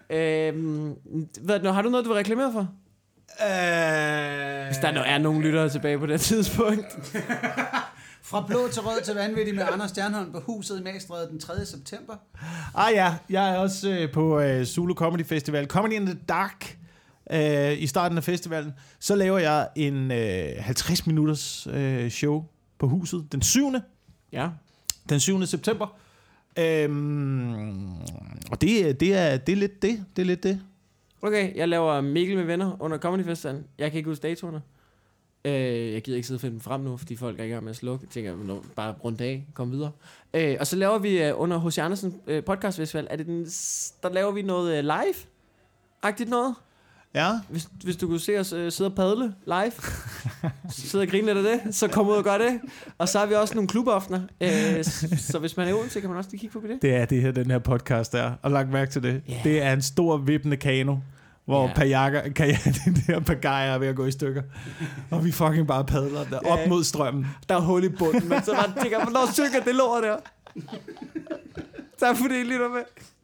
Har du noget, du vil reklamere for? Hvis der er nogen lyttere tilbage på det tidspunkt. Fra blå til rød til vanvittig med Anders Stjernholm på Huset i Magstræde den 3. september. Jeg er også på Zulu Comedy Festival. Comedy in the Dark i starten af festivalen. Så laver jeg en 50 minutters show på Huset den 7. Ja. Den 7. september. Og det er lidt det. Det er lidt det. Okay, jeg laver Mikkel med venner under Comedy Festivalen. Jeg kan ikke huske datoerne. Jeg gider ikke sidde og finde dem frem nu, fordi folk er i gang med at slukke. Jeg tænker, bare rundt af, kom videre. Og så laver vi under H.C. Andersen podcast festival. Der laver vi noget live-agtigt noget. Ja. Hvis du kunne se os sidde og padle live, sidde og grine lidt af det, så kom ud og gør det. Og så har vi også nogle klubaftener. Så hvis man er uden, så kan man også lige kigge på det. Det er det her, den her podcast er. Og lagt mærke til det. Yeah. Det er en stor vippende kano, hvor den der pagajer er ved at gå i stykker. Og vi fucking bare padler der op mod strømmen. Der er hul i bunden, men så bare tænker, hvornår synker det lort der? Tak fordi I lytter med.